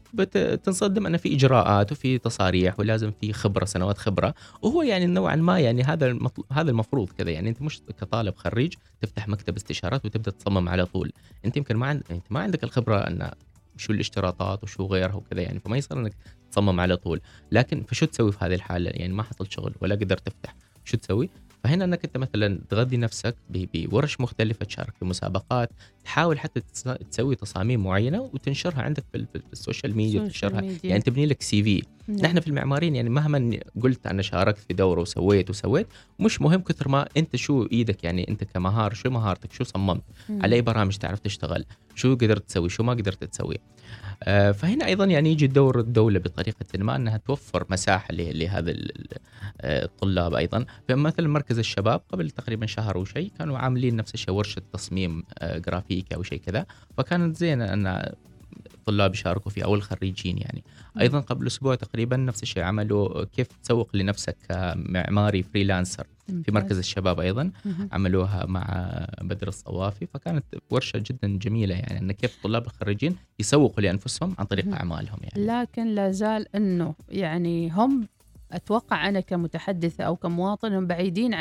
بتنصدم أن في إجراءات وفي تصاريح ولازم في سنوات خبرة. وهو يعني نوعا ما يعني هذا المفروض كذا يعني. أنت مش كطالب خريج تفتح مكتب استشارات وتبدأ تصمم على طول. أنت يمكن ما عندك الخبرة أن شو الاشتراطات وشو غيرها وكذا يعني، فما يصير أنك تصمم على طول. لكن فشو تسوي في هذه الحالة يعني؟ ما حصل شغل ولا قدرت تفتح، شو تسوي؟ فهنا انك انت مثلا تغذي نفسك بورش مختلفه، تشارك في مسابقات، تحاول حتى تسوي تصاميم معينه وتنشرها عندك في السوشيال ميديا، تنشرها يعني تبني لك سي في. نحن في المعماريين يعني مهما قلت انا شاركت في دوره وسويت مش مهم كثر ما انت شو ايدك، يعني انت كمهار شو مهارتك، شو صممت، على اي برامج تعرف تشتغل، شو قدرت تسوي، شو ما قدرت تسوي. فهنا ايضا يعني يجي دور الدوله بطريقه ما انها توفر مساحه لهذا الطلاب. ايضا فمثلا مركز الشباب قبل تقريبا شهر او شيء كانوا عاملين نفس الشيء، ورشه تصميم جرافيكي او شيء كذا، فكانت زينه ان الطلاب يشاركوا فيه او الخريجين يعني. ايضا قبل اسبوع تقريبا نفس الشيء عملوا كيف تسوق لنفسك كمعماري فريلانسر في مركز الشباب. ايضا عملوها مع بدر الصوافي، فكانت ورشه جدا جميله يعني ان كيف الطلاب الخريجين يسوقوا لانفسهم عن طريق اعمالهم يعني. لكن لا زال انه يعني هم اتوقع انا كمتحدثه او كمواطن هم بعيدين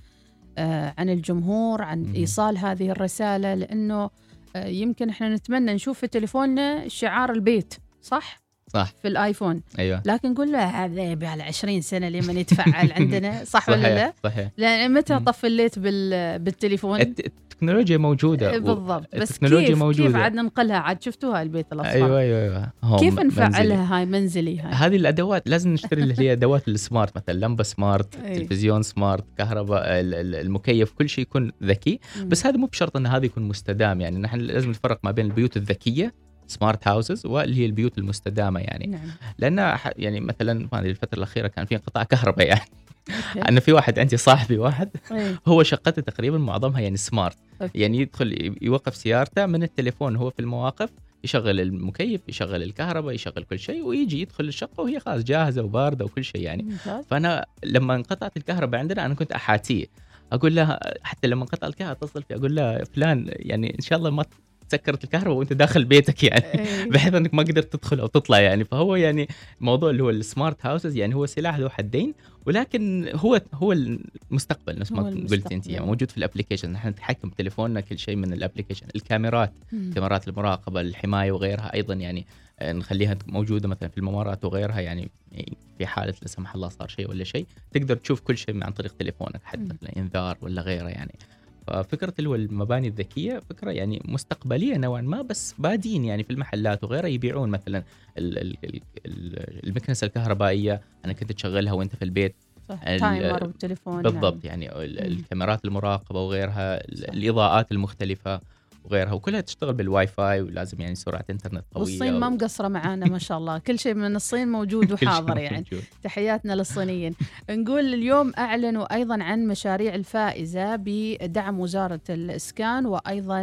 عن الجمهور، عن ايصال هذه الرساله، لانه يمكن احنا نتمنى نشوف في تليفوننا شعار البيت صح في الايفون. ايوه. لكن نقول له هذا بقى 20 سنه لما يتفعل عندنا صح ولا لا؟ صحيح. لان متى طفليت بالتليفون؟ التكنولوجيا موجوده بالضبط، بس التكنولوجيا موجوده، كيف عاد ننقلها؟ عاد شفتوها البيت الاصفر. ايوه كيف نفعلها هاي منزلي؟ هذه الادوات لازم نشتري اللي هي ادوات السمارت، مثلا لمبه سمارت، تلفزيون سمارت، كهرباء، المكيف، كل شيء يكون ذكي. بس هذا مو بشرط ان هذا يكون مستدام، يعني نحن لازم نفرق ما بين البيوت الذكيه سمارت هاوسز واللي هي البيوت المستدامه يعني. نعم. لان يعني مثلا هذه الفتره الاخيره كان في انقطاع كهرباء يعني. انا في واحد عندي صاحبي واحد هو شقته تقريبا معظمها يعني سمارت. يعني يدخل يوقف سيارته من التليفون، هو في المواقف يشغل المكيف، يشغل الكهرباء، يشغل كل شيء، ويجي يدخل الشقه وهي خلاص جاهزه وبارده وكل شيء يعني. فانا لما انقطعت الكهرباء عندنا انا كنت احاتيه، اقول لها حتى لما انقطع الكهرباء اتصل فيه اقول لها فلان يعني ان شاء الله ما سكرت الكهرباء وانت داخل بيتك يعني بحيث انك ما قدرت تدخل او تطلع يعني. فهو يعني الموضوع اللي هو السمارت هاوسز يعني هو سلاح ذو حدين، ولكن هو المستقبل نفس ما قلت انت يعني. موجود في الابلكيشن، نحن نتحكم بتليفوننا كل شيء من الابلكيشن. الكاميرات، كاميرات المراقبه، الحمايه وغيرها ايضا يعني نخليها موجوده مثلا في الممرات وغيرها يعني في حاله لا سمح الله صار شيء ولا شيء تقدر تشوف كل شيء عن طريق تليفونك، حتى مثلا انذار ولا غيره يعني. ففكرة اللي هو المباني الذكية فكرة يعني مستقبلية نوعا ما، بس بادين يعني في المحلات وغيرها يبيعون مثلا المكنسة الكهربائية أنا كنت تشغلها وانت في البيت، تايمر بالتليفون بالضبط. نعم. يعني الكاميرات المراقبة وغيرها، الإضاءات المختلفة وغيرها، وكلها تشتغل بالواي فاي، ولازم يعني سرعة انترنت قوية. والصين ما مقصرة معانا ما شاء الله، كل شيء من الصين موجود وحاضر يعني. تحياتنا للصينيين. نقول اليوم أعلنوا أيضا عن مشاريع الفائزة بدعم وزارة الإسكان وأيضا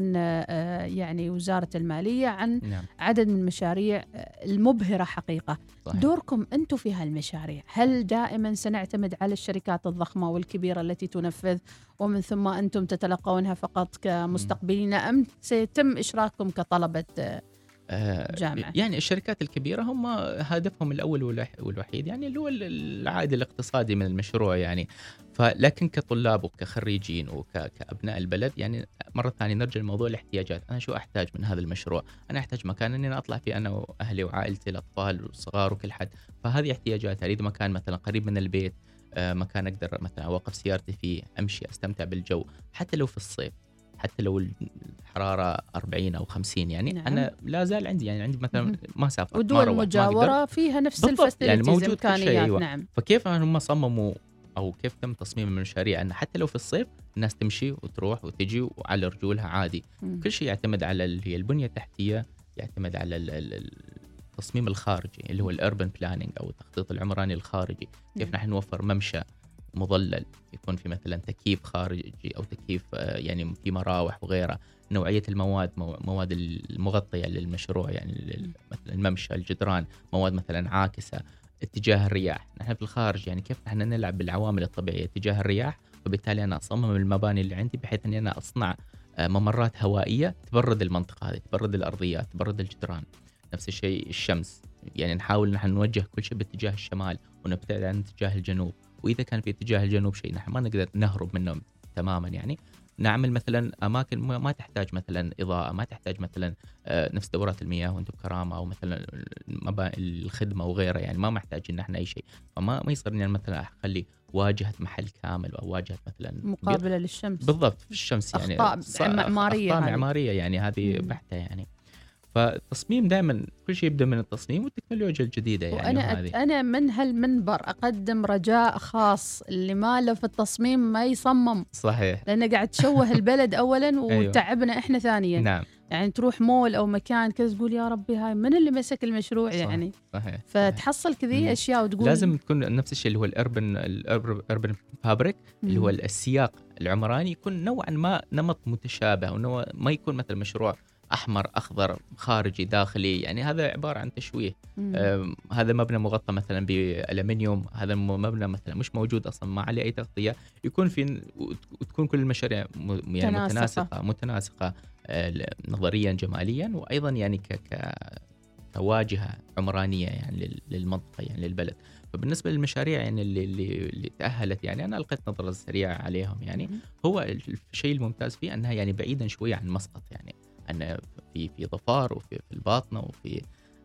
يعني وزارة المالية عن عدد من المشاريع المبهرة حقيقة. صحيح. دوركم أنتم في هالمشاريع، هل دائما سنعتمد على الشركات الضخمة والكبيرة التي تنفذ ومن ثم أنتم تتلقونها فقط كمستقبلين، أم سيتم إشراككم كطلبة جامعة؟ يعني الشركات الكبيرة هم هدفهم الأول والوحيد يعني اللي هو العائد الاقتصادي من المشروع يعني. لكن كطلاب وكخريجين وكأبناء البلد يعني مرة ثانية نرجع لموضوع الاحتياجات. أنا شو أحتاج من هذا المشروع؟ أنا أحتاج مكان أني أنا أطلع فيه أنا وأهلي وعائلتي، الأطفال والصغار وكل حد. فهذه احتياجات. أريد مكان مثلا قريب من البيت، مكان أقدر مثلا أوقف سيارتي فيه، أمشي أستمتع بالجو، حتى لو في الصيف، حتى لو الحرارة 40 أو 50 يعني. نعم. أنا لا زال عندي يعني عندي مثلا ما سافر، ودول مجاورة فيها نفس الفاسيلتيز يعني إمكانيات. أيوة. نعم. فكيف هم صمموا أو كيف تم تصميم المشاريع أن حتى لو في الصيف الناس تمشي وتروح وتجي وعلى رجولها عادي. كل شيء يعتمد على اللي هي البنية التحتية، يعتمد على التصميم الخارجي اللي هو الأربن بلانينج أو التخطيط العمراني الخارجي. كيف نحن نوفر ممشى مظلل يكون في مثلا تكييف خارجي أو تكييف يعني في مراوح وغيرها. نوعية المواد، مواد المغطية للمشروع يعني مثلا الممشى، الجدران، مواد مثلا عاكسة، اتجاه الرياح. نحن في الخارج يعني كيف نحن نلعب بالعوامل الطبيعية اتجاه الرياح، وبالتالي أنا أصمم المباني اللي عندي بحيث أني أنا أصنع ممرات هوائية تبرد المنطقة هذه، تبرد الأرضيات، تبرد الجدران. نفس الشيء الشمس، يعني نحاول نحن نوجه كل شيء باتجاه الشمال ونبتعد عن اتجاه الجنوب. وإذا كان في اتجاه الجنوب شيء نحن ما نقدر نهرب منه تماما يعني، نعمل مثلا أماكن ما تحتاج مثلا إضاءة، ما تحتاج مثلا نفس دورات المياه وأنتم بكرامة، أو مثلا الخدمة وغيرها، يعني ما محتاج إن إحنا أي شيء. فما يصير إن مثلا أخلي واجهة محل كامل أو واجهة مثلا مقابلة للشمس بالضبط في الشمس، يعني أخطاء معمارية يعني هذه بحتة يعني. فالتصميم دائما كل شيء يبدأ من التصميم والتكنولوجيا الجديدة يعني. أنا من هالمنبر أقدم رجاء خاص اللي ما له في التصميم ما يصمم. صحيح. لأنه قاعد تشوه البلد أولا وتعبنا إحنا ثانيا. نعم. يعني تروح مول أو مكان كذا تقول يا ربي هاي من اللي مسك المشروع يعني. صحيح. فتحصل كذي أشياء وتقول لازم تكون نفس الشيء اللي هو الأربن فابريك اللي هو السياق العمراني يكون نوعا ما نمط متشابه، وإنه ما يكون مثل مشروع أحمر أخضر خارجي داخلي، يعني هذا عبارة عن تشويه. هذا مبنى مغطى مثلا بالألمنيوم، هذا مبنى مثلا مش موجود أصلا ما عليه أي تغطية، يكون في وتكون كل المشاريع يعني متناسقة نظريا جماليا، وأيضا يعني كواجهة عمرانية يعني للمنطقة يعني للبلد. فبالنسبة للمشاريع يعني اللي تأهلت، يعني أنا ألقيت نظرة سريعة عليهم، يعني هو الشيء الممتاز فيه أنها يعني بعيدا شوية عن مسقط، يعني أن في ظفار وفي الباطنة وفي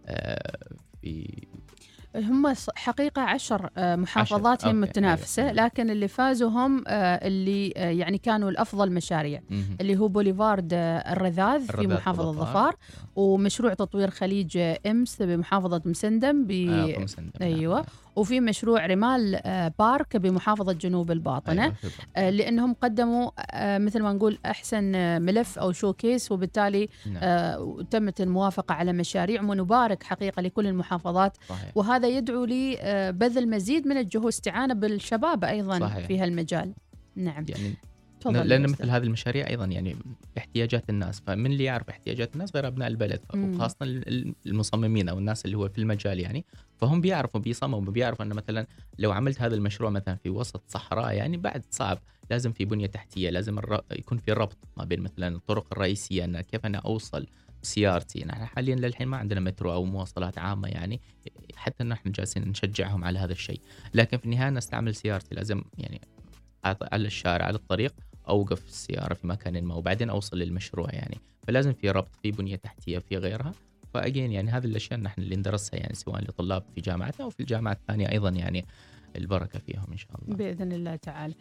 هم حقيقة 10 محافظات هي متنافسة. لكن اللي فازوا هم اللي يعني كانوا الأفضل مشاريع اللي هو بوليفارد الرذاذ في محافظة ظفار، ومشروع تطوير خليج إمس بمحافظة مسندم أيوة. وفي مشروع رمال بارك بمحافظة جنوب الباطنة. لأنهم قدموا مثل ما نقول أحسن ملف أو شوكيس، وبالتالي تمت الموافقة على مشاريع، ونبارك حقيقة لكل المحافظات. وهذا يدعو لي بذل مزيد من الجهود، استعانة بالشباب أيضا في هالمجال. نعم يعني لأن مثل هذه المشاريع أيضا يعني احتياجات الناس، فمن اللي يعرف احتياجات الناس غير أبناء البلد، وخاصة المصممين أو الناس اللي هو في المجال يعني. فهم بيعرفوا بيصمموا، بيعرفوا أن مثلا لو عملت هذا المشروع مثلا في وسط صحراء يعني بعد صعب، لازم في بنية تحتية، لازم يكون في ربط ما بين مثلا الطرق الرئيسية، أن كيف أنا أوصل سيارتي. نحن حاليا للحين ما عندنا مترو أو مواصلات عامة يعني، حتى نحن جالسين نشجعهم على هذا الشيء، لكن في النهاية نستعمل سيارتي، لازم يعني على الشارع على الطريق أوقف السيارة في مكان ما وبعدين أوصل للمشروع يعني. فلازم في ربط، في بنية تحتية، في غيرها. فأجين يعني هذه الأشياء نحن اللي ندرسها يعني سواء لطلاب في جامعتنا أو في الجامعات الثانية أيضا، يعني البركة فيهم إن شاء الله بإذن الله تعالى.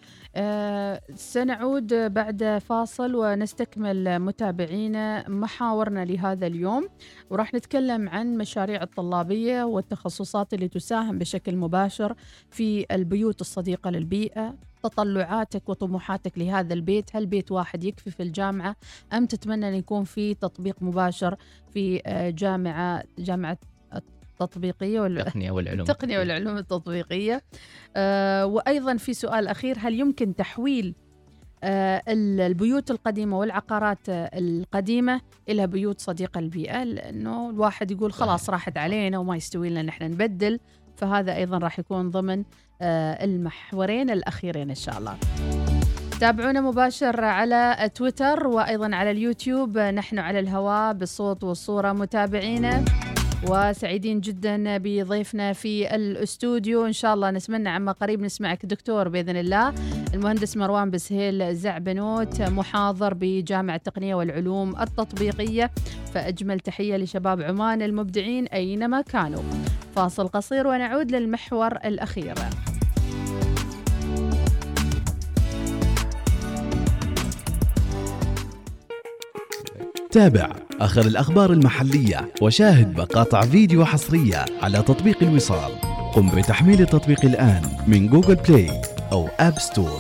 سنعود بعد فاصل ونستكمل متابعينا محاورنا لهذا اليوم، وراح نتكلم عن مشاريع الطلابية والتخصصات اللي تساهم بشكل مباشر في البيوت الصديقة للبيئة. تطلعاتك وطموحاتك لهذا البيت، هل بيت واحد يكفي في الجامعة أم تتمنى أن يكون في تطبيق مباشر في جامعة التطبيقية التقنية والعلوم التطبيقية؟ وأيضا في سؤال أخير، هل يمكن تحويل البيوت القديمة والعقارات القديمة إلى بيوت صديقة للبيئة؟ لأنه الواحد يقول خلاص راحت علينا وما يستوي لنا نحن نبدل. فهذا أيضا راح يكون ضمن المحورين الأخيرين إن شاء الله. تابعونا مباشر على تويتر وأيضا على اليوتيوب، نحن على الهواء بالصوت والصورة متابعينا، وسعيدين جدا بضيفنا في الاستوديو. إن شاء الله نتمنى عما قريب نسمعك دكتور بإذن الله. المهندس مروان بسهيل زعبنوت، محاضر بجامعة التقنية والعلوم التطبيقية. فأجمل تحية لشباب عمان المبدعين أينما كانوا. فاصل قصير ونعود للمحور الأخير. تابع آخر الأخبار المحلية وشاهد مقاطع فيديو حصرية على تطبيق الوصال. قم بتحميل التطبيق الآن من جوجل بلاي أو آب ستور.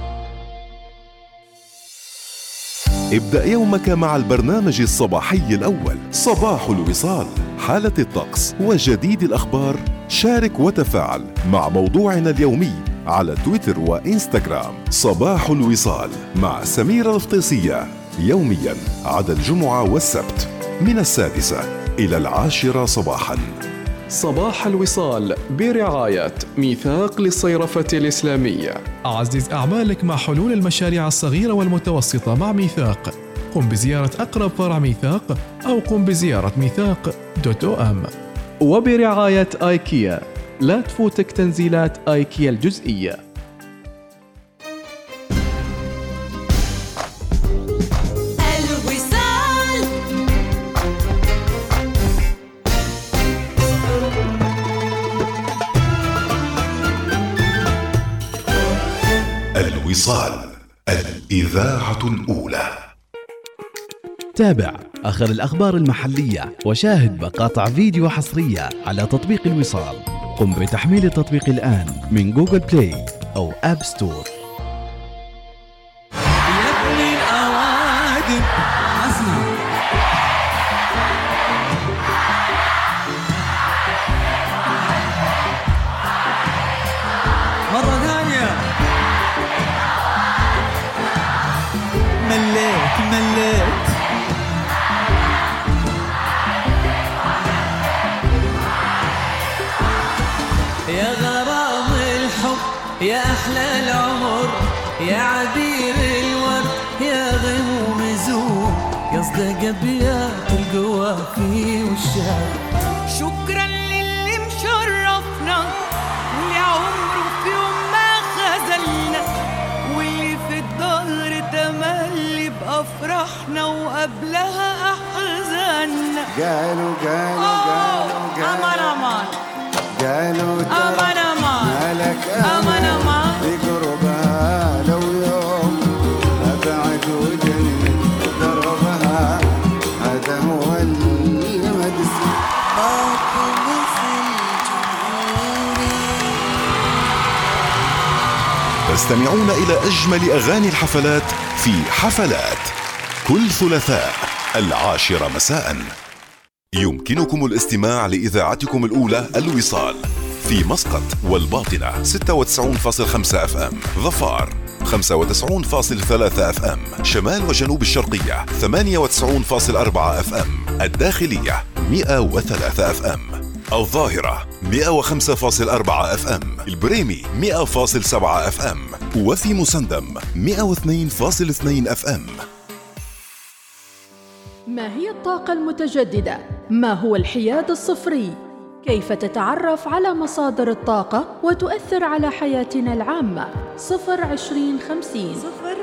ابدأ يومك مع البرنامج الصباحي الأول صباح الوصال، حالة الطقس وجديد الأخبار. شارك وتفاعل مع موضوعنا اليومي على تويتر وإنستغرام. صباح الوصال مع سميرة الفطيسية، يوميا عدا الجمعة والسبت من 6 إلى 10 صباحا. صباح الوصال برعاية ميثاق للصيرفة الإسلامية. أعزز أعمالك مع حلول المشاريع الصغيرة والمتوسطة مع ميثاق. قم بزيارة أقرب فرع ميثاق أو قم بزيارة ميثاق.om. وبرعاية آيكيا، لا تفوتك تنزيلات آيكيا الجزئية. الوصال، الإذاعة الأولى. تابع آخر الأخبار المحلية وشاهد مقاطع فيديو حصرية على تطبيق الوصال. قم بتحميل التطبيق الآن من جوجل بلاي أو آب ستور. يا ابن الأوادم أسمع مرة ثانية. مليت يا غرام الحب يا أحلى العمر يا عبير الورد يا غيوم زور يا صدق أبيات القوى في وشها. شكرا للي مشرفنا واللي عمره في يوم ما خذلنا واللي في الظهر تملي بأفراحنا وقبلها أحزاننا. قالوا أمان قالوا أمان مالك أمان بقربها لو يوم أبعد وجني دربها هذا هو المدس باكم في الجمهوري. تستمعون إلى أجمل أغاني الحفلات في حفلات كل ثلاثاء 10 مساء. يمكنكم الاستماع لإذاعتكم الأولى الوصال في مسقط والباطنة 96.5 FM، ظفار 95.3 FM، شمال وجنوب الشرقية 98.4 FM، الداخلية 103 FM، الظاهرة 105.4 FM، البريمي 100.7 FM، وفي مسندم 102.2 FM. ما هي الطاقة المتجددة؟ ما هو الحياد الصفري؟ كيف تتعرف على مصادر الطاقة وتؤثر على حياتنا العامة؟ 02050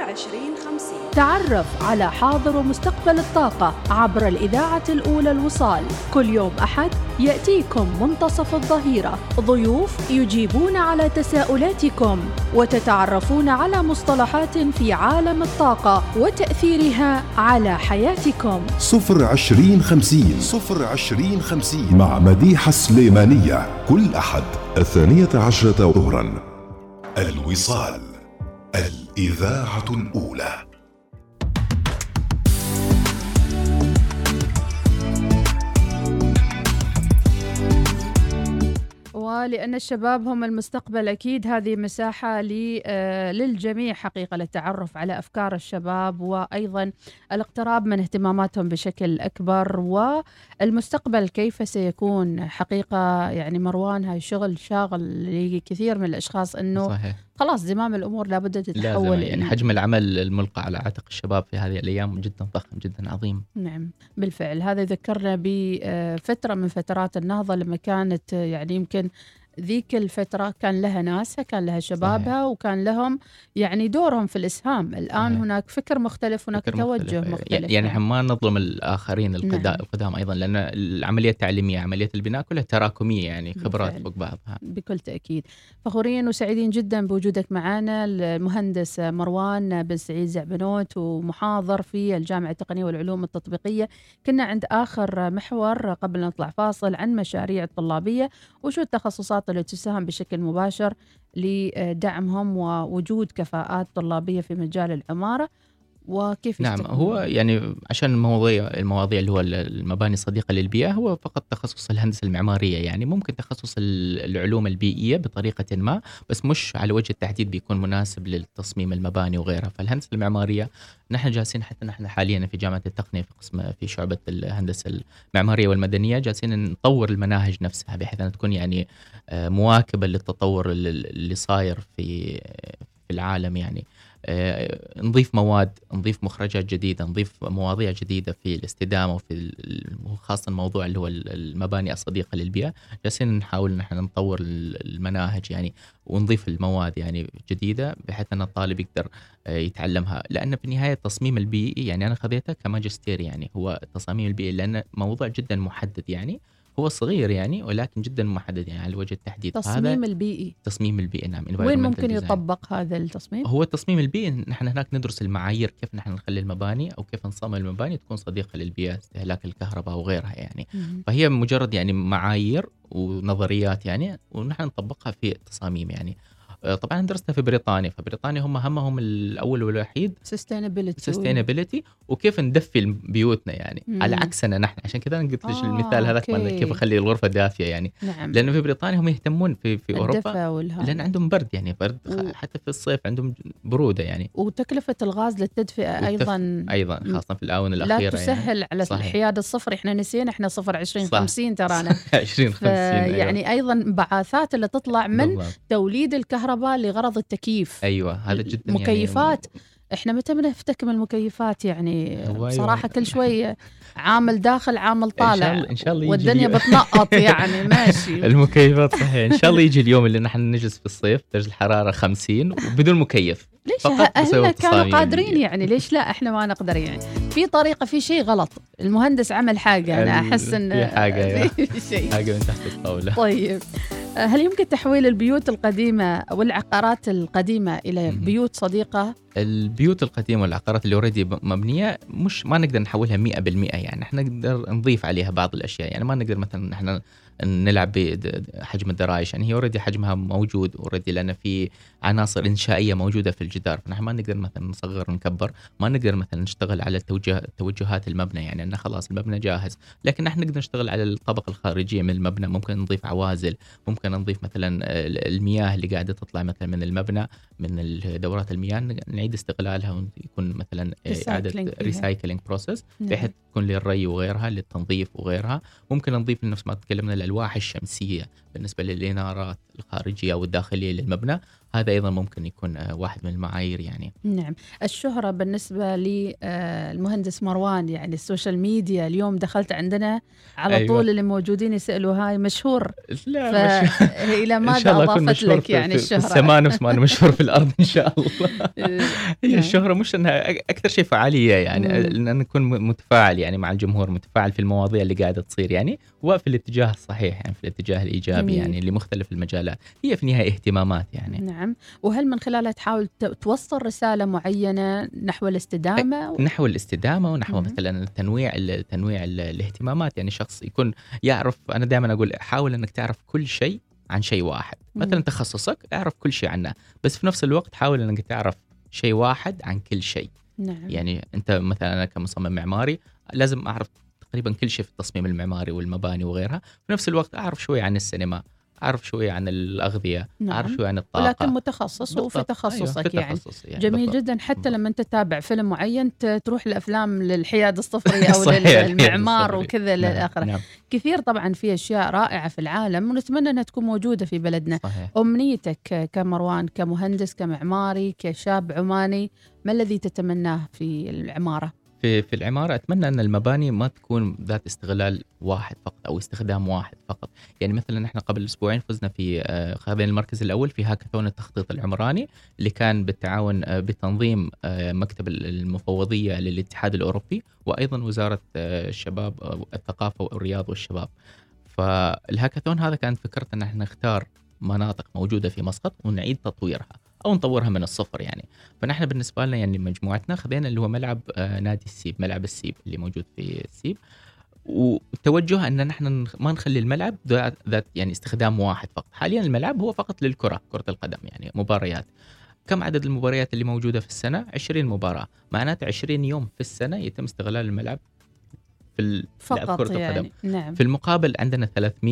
تعرف على حاضر ومستقبل الطاقة عبر الإذاعة الأولى الوصال. كل يوم أحد يأتيكم منتصف الظهيرة ضيوف يجيبون على تساؤلاتكم وتتعرفون على مصطلحات في عالم الطاقة وتأثيرها على حياتكم. 02050 مع مديحة سليمانية كل أحد 12 ظهرا. الوصال، الإذاعة الأولى. ولأن الشباب هم المستقبل أكيد هذه مساحة للجميع حقيقة للتعرف على أفكار الشباب وأيضا الاقتراب من اهتماماتهم بشكل أكبر والمستقبل كيف سيكون حقيقة. يعني مروان هاي شاغل لكثير من الأشخاص أنه صحيح. خلاص زمام الأمور لابد تتحول. يعني حجم العمل الملقى على عاتق الشباب في هذه الأيام جدا ضخم جدا عظيم. نعم بالفعل. هذا ذكرنا بفترة من فترات النهضة لما كانت يعني يمكن ذيك الفترة كان لها ناسها كان لها شبابها صحيح. وكان لهم يعني دورهم في الإسهام. الآن صحيح. هناك فكر مختلف هناك توجه مختلف. يعني ما نظلم الآخرين القدام أيضا لأن العملية التعليمية عملية البناء كلها تراكمية يعني خبرات فوق بعضها. بكل تأكيد. فخورين وسعيدين جدا بوجودك معنا المهندس مروان بن سعيد زعبنوت ومحاضر في الجامعة التقنية والعلوم التطبيقية. كنا عند آخر محور قبل نطلع فاصل عن مشاريع الطلابية وشو التخصصات اللي تساهم بشكل مباشر لدعمهم ووجود كفاءات طلابية في مجال العمارة وكيف نعم هو يعني عشان المواضيع اللي هو المباني الصديقة للبيئة هو فقط تخصص الهندسة المعمارية. يعني ممكن تخصص العلوم البيئية بطريقة ما بس مش على وجه التحديد بيكون مناسب للتصميم المباني وغيرها. فالهندسة المعمارية نحن جالسين حتى نحن حاليا في جامعة التقنية في قسم في شعبة الهندسة المعمارية والمدنية جالسين نطور المناهج نفسها بحيث أن تكون يعني مواكبة للتطور اللي صاير في العالم. يعني نضيف مواد نضيف مخرجات جديدة نضيف مواضيع جديدة في الاستدامة وفي خاصة الموضوع اللي هو المباني الصديقة للبيئة. جالسين نحاول نحن نطور المناهج يعني ونضيف المواد يعني جديدة بحيث أن الطالب يقدر يتعلمها. لأن في النهاية التصميم البيئي يعني أنا خذيته كماجستير يعني هو التصاميم البيئي لأن موضوع جدا محدد يعني هو صغير يعني ولكن جدا محدد يعني على وجه التحديد. تصميم البيئي. تصميم البيئي نعم. وين ممكن يطبق هذا التصميم؟ هو التصميم البيئي نحن هناك ندرس المعايير كيف نحن نخلي المباني أو كيف نصمم المباني تكون صديقة للبيئة، استهلاك الكهرباء وغيرها يعني. فهي مجرد يعني معايير ونظريات يعني، ونحن نطبقها في التصاميم يعني. طبعا درستها في بريطانيا، فبريطانيا هم همهم الأول والوحيد sustainability وكيف ندفي بيوتنا يعني. على عكسنا نحن، عشان كذا أنا قلت لك المثال هذاك كيف أخلي الغرفة دافية يعني. نعم. لأنه في بريطانيا هم يهتمون في أوروبا لأن عندهم برد يعني، برد حتى في الصيف عندهم برودة يعني. وتكلفة الغاز للتدفئة أيضا خاصة في الآونة الأخيرة لا تسهل يعني. على الحياد الصفر، إحنا نسينا إحنا 0-20-50 ترانا 20-50 يعني أيضا بعاثات اللي تطلع من توليد الكهرباء لغرض التكييف. أيوة هذا جدا مكيفات يعني. إحنا متى بنفتك من المكيفات يعني صراحة كل شوية عامل داخل عامل طالع إن شاء الله والدنيا بتنقط يعني ماشي. المكيفات صحيح. إن شاء الله يجي اليوم اللي نحن نجلس في الصيف درجة الحرارة 50 وبدون مكيف. ليش أهلنا كانوا قادرين يعني، ليش لا إحنا ما نقدر يعني؟ في طريقة، في شيء غلط، المهندس عمل حاجة أنا أحس إن في حاجة من تحت الطاولة. طيب هل يمكن تحويل البيوت القديمة والعقارات القديمة إلى بيوت صديقة؟ البيوت القديمة والعقارات اللي اوريدي مبنية مش ما نقدر نحولها 100% يعني. احنا نقدر نضيف عليها بعض الأشياء يعني. ما نقدر مثلا احنا نلعب بحجم الدرايش يعني، هي اوريدي حجمها موجود اوريدي لأن في عناصر إنشائية موجودة في الجدار، فنحن ما نقدر مثلا نصغر ونكبر. ما نقدر مثلا نشتغل على توجهات المبنى يعني أنه خلاص المبنى جاهز، لكن نحن نقدر نشتغل على الطبقة الخارجية من المبنى. ممكن نضيف عوازل، ممكن نضيف مثلا المياه اللي قاعدة تطلع مثلا من المبنى من دورات المياه نعيد استغلالها ويكون مثلا إعادة ريسايكلينج بروسيس بحيث تكون للري وغيرها للتنظيف وغيرها. ممكن نضيف نفس ما تكلمنا الألواح الشمسية بالنسبة للإنارات الخارجية والداخلية للمبنى، هذا أيضا ممكن يكون واحد من المعايير يعني. نعم. الشهرة بالنسبة للمهندس مروان يعني السوشيال ميديا اليوم دخلت عندنا على أيوة. طول اللي موجودين يسألوا هاي مشهور، لا إلى ماذا أضافت لك يعني الشهرة؟ في السماء نفس ما أنا مشهور في الأرض إن شاء الله. هي الشهرة مش أنها أكثر شيء فعالية يعني، لأن نكون متفاعل يعني مع الجمهور، متفاعل في المواضيع اللي قاعدة تصير يعني، وفي الاتجاه الصحيح يعني في الاتجاه الإيجابي يعني لمختلف المجالات. هي في النهاية اهتمامات يعني. نعم. وهل من خلالها تحاول توصل رسالة معينة نحو الاستدامة؟ نحو الاستدامة ونحو مثلا تنويع الاهتمامات يعني. شخص يكون يعرف، أنا دائما أقول حاول أنك تعرف كل شيء عن شيء واحد. مثلا تخصصك اعرف كل شيء عنه، بس في نفس الوقت حاول أنك تعرف شيء واحد عن كل شيء. نعم. يعني أنت مثلا أنا كمصمم معماري لازم أعرف تقريبا كل شيء في التصميم المعماري والمباني وغيرها. في نفس الوقت أعرف شوي عن السينما، أعرف شوي عن الأغذية، نعم. أعرف شوي عن الطاقة، ولكن متخصص وفي تخصصك. أيوة يعني جميل بالضبط. جدا. حتى لما أنت تتابع فيلم معين تروح الأفلام للحياد الصفري أو للمعمار وكذا للآخر. نعم. كثير طبعا في أشياء رائعة في العالم ونتمنى أنها تكون موجودة في بلدنا. صحيح. أمنيتك كمروان كمهندس كمعماري كشاب عماني، ما الذي تتمناه في العمارة؟ في العمارة أتمنى أن المباني ما تكون ذات استغلال واحد فقط أو استخدام واحد فقط. يعني مثلا نحن قبل أسبوعين فزنا في خذينا المركز الأول في هاكاثون التخطيط العمراني اللي كان بالتعاون بتنظيم مكتب المفوضية للاتحاد الأوروبي وأيضا وزارة الشباب الثقافة والرياض والشباب. فالهاكاثون هذا كانت فكرة أن احنا نختار مناطق موجودة في مسقط ونعيد تطويرها أو نطورها من الصفر يعني. فنحن بالنسبة لنا يعني مجموعتنا خذينا اللي هو ملعب نادي السيب، ملعب السيب اللي موجود في السيب، والتوجه أن نحن ما نخلي الملعب ذات يعني استخدام واحد فقط. حاليا الملعب هو فقط للكرة، كرة القدم يعني مباريات. كم عدد المباريات اللي موجودة في السنة؟ 20 مباراة، معناته 20 يوم في السنة يتم استغلال الملعب في لعب كرة يعني. القدم. نعم. في المقابل عندنا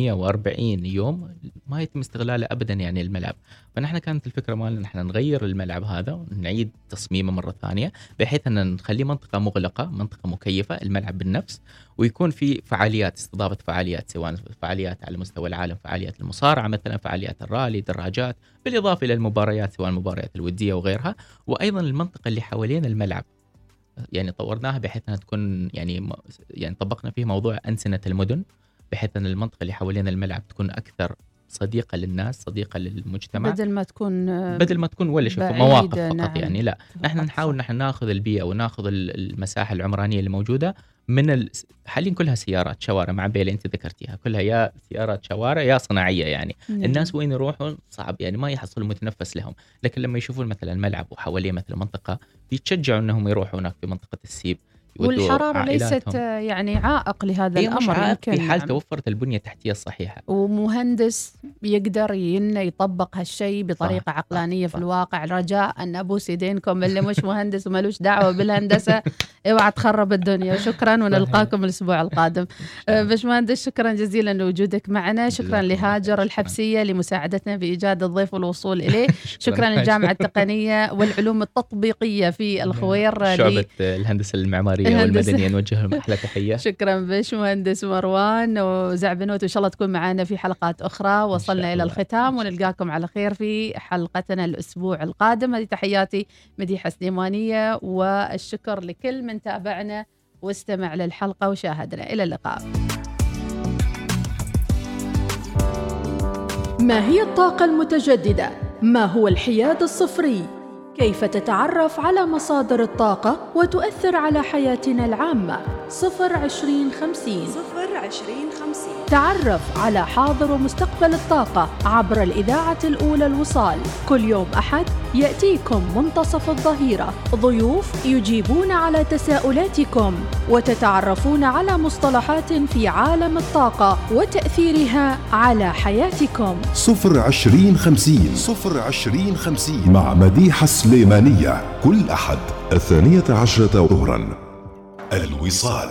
340 يوم ما يتم استغلاله أبدا يعني الملعب. فنحن كانت الفكرة مالنا نحن نغير الملعب هذا ونعيد تصميمه مرة ثانية بحيث أن نخليه منطقة مغلقة، منطقة مكيفة الملعب بالنفس، ويكون في فعاليات، استضافة فعاليات سواء فعاليات على مستوى العالم، فعاليات المصارعة مثلا، فعاليات الرالي، دراجات، بالإضافة إلى المباريات سواء المباريات الودية وغيرها. وأيضا المنطقة اللي حوالين الملعب يعني طورناها بحيث أنها تكون يعني طبقنا فيه موضوع أنسنة المدن، بحيث أن المنطقة اللي حوالين الملعب تكون أكثر صديقة للناس، صديقة للمجتمع، بدل ما تكون ولا شوف مواقف فقط. نعم. يعني لا، نحن نحاول نحن ناخذ البيئة وناخذ المساحة العمرانية اللي موجودة من حاليا كلها سيارات شوارع مع بيلة انت ذكرتيها، كلها يا سيارات شوارع يا صناعية يعني. الناس وين يروحون صعب يعني ما يحصلوا متنفس لهم، لكن لما يشوفون مثلا الملعب وحواليه مثلا منطقة بيتشجعوا انهم يروحوا هناك في منطقة السيب. والحرارة ليست يعني عائق لهذا الأمر، يمكن في حال توفرت البنية التحتية الصحيحة، ومهندس يقدر يطبق هالشيء بطريقة عقلانية في الواقع. رجاء أن أبوس يدينكم اللي مش مهندس ومالوش دعوة بالهندسة اوعى تخرب الدنيا. شكرا، ونلقاكم الأسبوع القادم. باشمهندس شكرا جزيلا لوجودك معنا، شكرا لهاجر الحبسية لمساعدتنا بإيجاد الضيف والوصول إليه، شكرا للجامعة التقنية والعلوم التطبيقية في الخوير شعبة الهندسة المعمارية والمدنية نوجه لهم أحلى تحية. شكرا باشمهندس مروان وزعبنوت، وإن شاء الله تكون معنا في حلقات أخرى. وصلنا إلى الختام ونلقاكم على خير في حلقتنا الأسبوع القادم. هذه تحياتي مديحة سليمانية، والشكر لكل من تابعنا واستمع للحلقة وشاهدنا. إلى اللقاء. ما هي الطاقة المتجددة؟ ما هو الحياد الصفري؟ كيف تتعرف على مصادر الطاقة وتؤثر على حياتنا العامة؟ 02050 تعرف على حاضر ومستقبل الطاقة عبر الإذاعة الأولى الوصال. كل يوم أحد يأتيكم منتصف الظهيرة ضيوف يجيبون على تساؤلاتكم وتتعرفون على مصطلحات في عالم الطاقة وتأثيرها على حياتكم. 02050 مع مديحة سليمانية كل أحد 12 ظهرا. الوصال.